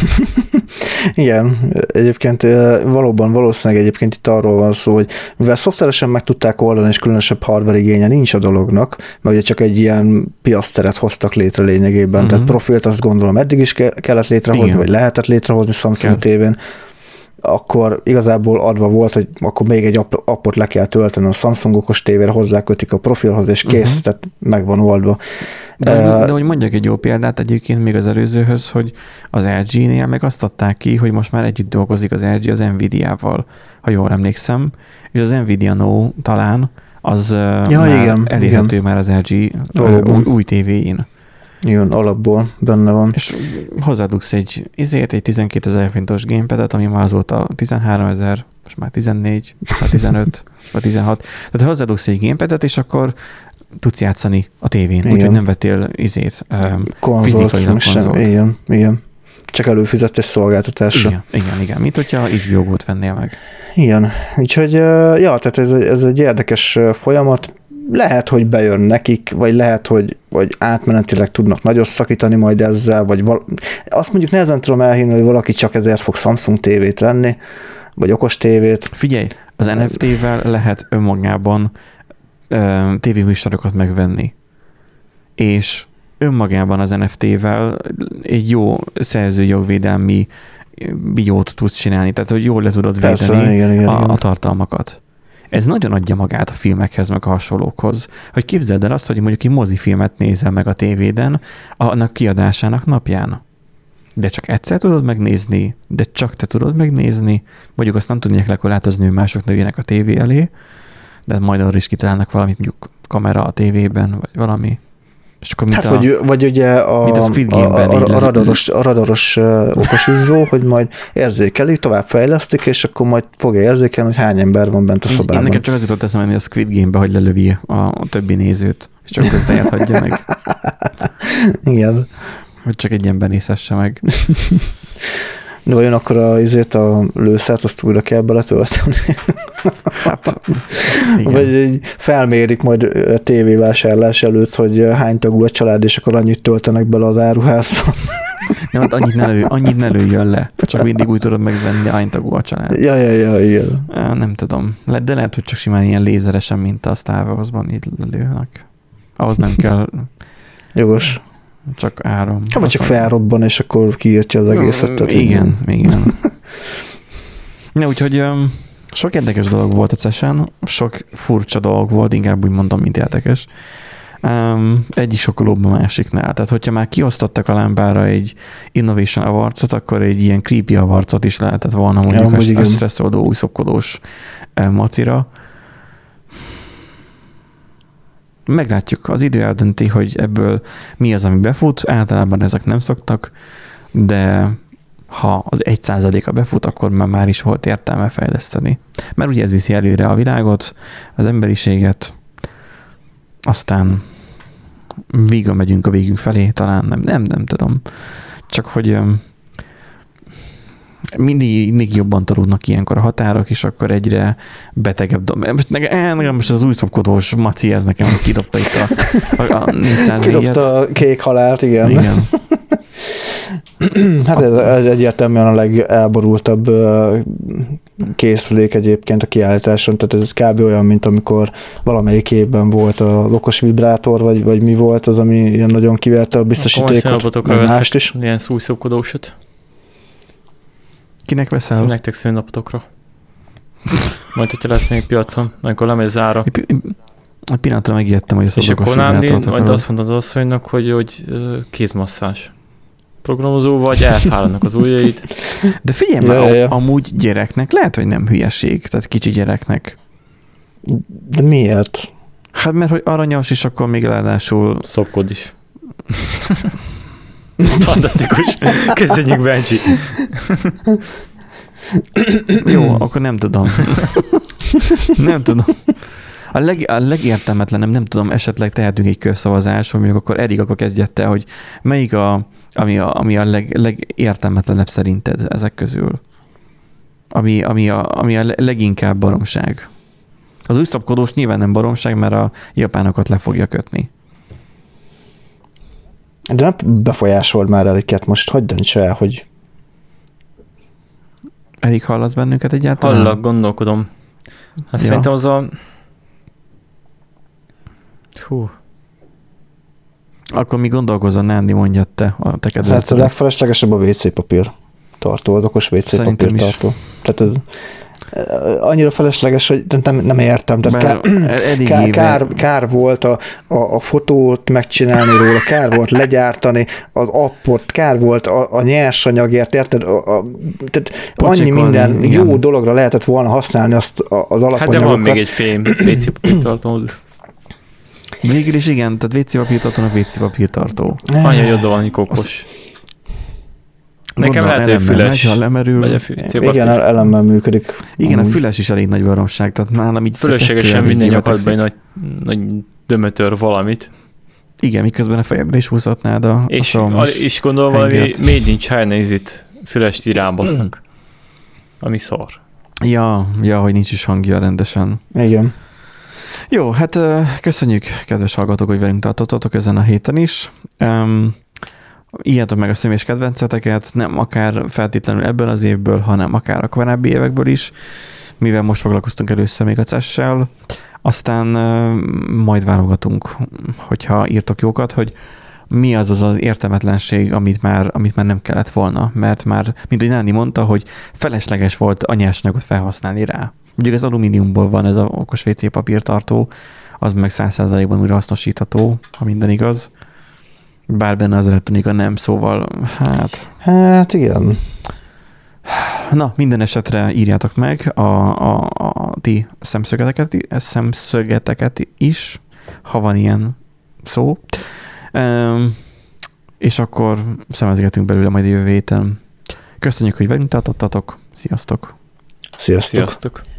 Igen, egyébként valószínűleg egyébként itt arról van szó, hogy mivel szoftveresen meg tudták oldani, és különösebb hardware igénye nincs a dolognak, mert ugye csak egy ilyen piaszteret hoztak létre lényegében, tehát profilt azt gondolom eddig is kellett létrehozni, igen, vagy lehetett létrehozni Samsung tévén, akkor igazából adva volt, hogy akkor még egy appot le kell tölteni a Samsung okos tévére, hozzákötik a profilhoz, és kész, tehát meg van oldva. De hogy mondjak egy jó példát egyébként még az előzőhöz, hogy az LG-nél meg azt adták ki, hogy most már együtt dolgozik az LG az Nvidia-val, ha jól emlékszem, és az Nvidia No talán az elérhető már az LG új tévéjén. Igen, alapból benne van. És hozzádugsz egy 12 000 forintos gamepadet, ami már azóta 13 000, most már 14, most már 15, most már 16. Tehát hozzádugsz egy gamepadet, és akkor tudsz játszani a tévén, úgyhogy nem vettél fizikailag konzolt. Igen. Csak előfizetsz egy szolgáltatásra. Igen. Mint hogyha HBO Go-t vennél meg. Igen. Úgyhogy, tehát ez egy érdekes folyamat. Lehet, hogy bejön nekik, vagy lehet, hogy átmenetileg tudnak nagyot szakítani majd ezzel, vagy azt mondjuk nehezen tudom elhinni, hogy valaki csak ezért fog Samsung tévét venni, vagy okos tévét. Figyelj, az NFT-vel lehet önmagában tévéműsorokat megvenni. És önmagában az NFT-vel egy jó szerzőjogvédelmi biót tudsz csinálni, tehát hogy jól le tudod védeni a tartalmakat. Ez nagyon adja magát a filmekhez, meg a hasonlókhoz. Hogy képzeld el azt, hogy mondjuk egy mozifilmet nézel meg a tévéden, annak kiadásának napján. De csak egyszer tudod megnézni, de csak te tudod megnézni, mondjuk azt nem tudják lekorlátozni, hogy mások nőjenek a tévé elé, de majd arra is kitalálnak valamit, mondjuk kamera a tévében, vagy valami. És akkor vagy ugye a radaros okosízó, hogy majd érzékelik, továbbfejlesztik, és akkor majd fogja érzékelni, hogy hány ember van bent a szobában. Én nekem csak az jutott eszembe, hogy a Squid Game-be, hogy lelövi a többi nézőt, és csak köztejet hagyja meg. Igen. Hogy csak egy ember nézhesse meg. De vajon akkor a lőszert azt újra kell beletölteni? Hát, igen. Vagy felmérik majd a tévévásárlás előtt, hogy hány tagú a család, és akkor annyit töltenek bele az áruházba. Nem, hát annyit ne lőjön le. Csak mindig úgy tudod megvenni, hány tagú a család. Ja, igen. Nem tudom. De lehet, hogy csak simán ilyen lézeresen, mint a Star Wars-ban így lelőnek. Ahhoz nem kell... Jogos. Csak áram. Vagy csak felrobban, és akkor kiírtja az egészet. Igen. Ja, úgyhogy sok érdekes dolog volt a CES-en, sok furcsa dolog volt, inkább úgy mondom, mint érdekes. Egyik sokkolóbb a másiknál. Tehát, hogyha már kiosztottak a lámpára egy Innovation Awards-ot, akkor egy ilyen creepy awards-ot is lehetett volna mondjuk a stresszoldó, új szopkodós macira. Meglátjuk. Az idő eldönti, hogy ebből mi az, ami befut. Általában ezek nem szoktak, de ha az 1%-a befut, akkor már is volt értelme fejleszteni. Mert ugye ez viszi előre a világot, az emberiséget, aztán végül megyünk a végünk felé, talán nem tudom. Csak hogy mindig jobban tolódnak ilyenkor a határok, és akkor egyre betegebb most az új szopkodós maci, ez nekem kidobta itt a 404-et. Kidobta a kék halált, igen. Hát ez egyértelműen a legelborultabb készülék egyébként a kiállításon, tehát ez kb. Olyan, mint amikor valamelyik évben volt az okos vibrátor, vagy mi volt az, ami ilyen nagyon kiverte a biztosítékot, meg mást is. Ilyen szújszopkodósat. Kinek veszel? Nektek szőnapotokra. Majd, hogyha lesz még piacon, amikor lemegy az ára. A pillanatra megijedtem, hogy a és akkor majd azt mondod az asszonynak, hogy kézmasszás programozó, vagy elfáradnak az ujjaid. De figyelj már, amúgy gyereknek lehet, hogy nem hülyeség, tehát kicsi gyereknek. De miért? Hát mert hogy aranyos, és akkor még ráadásul... Szopkod is. Fantasztikus. Köszönjük, Bencsi. Jó, akkor nem tudom. Nem tudom. A legértelmetlenem, nem tudom, esetleg tehetünk egy közszavazást, hogy mondjuk akkor Erik akkor kezdjette, hogy melyik ami a legértelmetlenebb szerinted ezek közül? Ami a leginkább baromság. Az új szopkodós nyilván nem baromság, mert a japánokat le fogja kötni. De nem befolyásold már Eriket, most hagyd döntse el, hogy... Erik, hallasz bennünket egyáltalán? Hallak, gondolkodom. Hát ja. Szerintem az a... Hú. Akkor mi gondolkozzon, Nándi, mondjad te a te kedvencedet. Hát a legfeleslegesebb a WC papír tartó, az okos WC papír tartó. Tehát ez annyira felesleges, hogy nem értem. Tehát kár volt a fotót megcsinálni róla, kár volt legyártani az appot, kár volt a nyersanyagért, érted? Tehát annyi minden jó dologra lehetett volna használni azt az alapanyagokat. Hát de van még egy fém WC papírtartó. Végül is igen, tehát WC papírtartónak WC papírtartó. Annyi jó dolog, kokos. Nekem lehet, hogy füles. Ha lemerül. Igen, elemmel működik. Igen, a füles is elég nagy baromság, tehát nálam így... Fölöslegesen minden nyakadban egy nagy dömötör valamit. Igen, miközben a fejedre is húzhatnád a és gondolom valami Made in China ízit fülest iránybassznak. Ami szar. Ja, hogy nincs is hangja rendesen. Igen. Jó, hát köszönjük, kedves hallgatók, hogy velünk tartottatok ezen a héten is. Írjátok meg a személyes kedvenceteket, nem akár feltétlenül ebből az évből, hanem akár a korábbi évekből is, mivel most foglalkoztunk először még a CES-sel. Aztán majd válogatunk, hogyha írtok jókat, hogy mi az értelmetlenség, amit már nem kellett volna, mert már, mint hogy Nándi mondta, hogy felesleges volt a nyersanyagot felhasználni rá. Ugye ez alumíniumból van, ez a okos WC papírtartó, az meg 100%-ban újra hasznosítható, ha minden igaz. Bár benne az elektronika nem, szóval Hát igen. Na, minden esetre írjátok meg a ti szemszögeteket is, ha van ilyen szó. És akkor szemezgetünk belőle majd jövő héten. Köszönjük, hogy velünk tartottatok. Sziasztok! Sziasztok!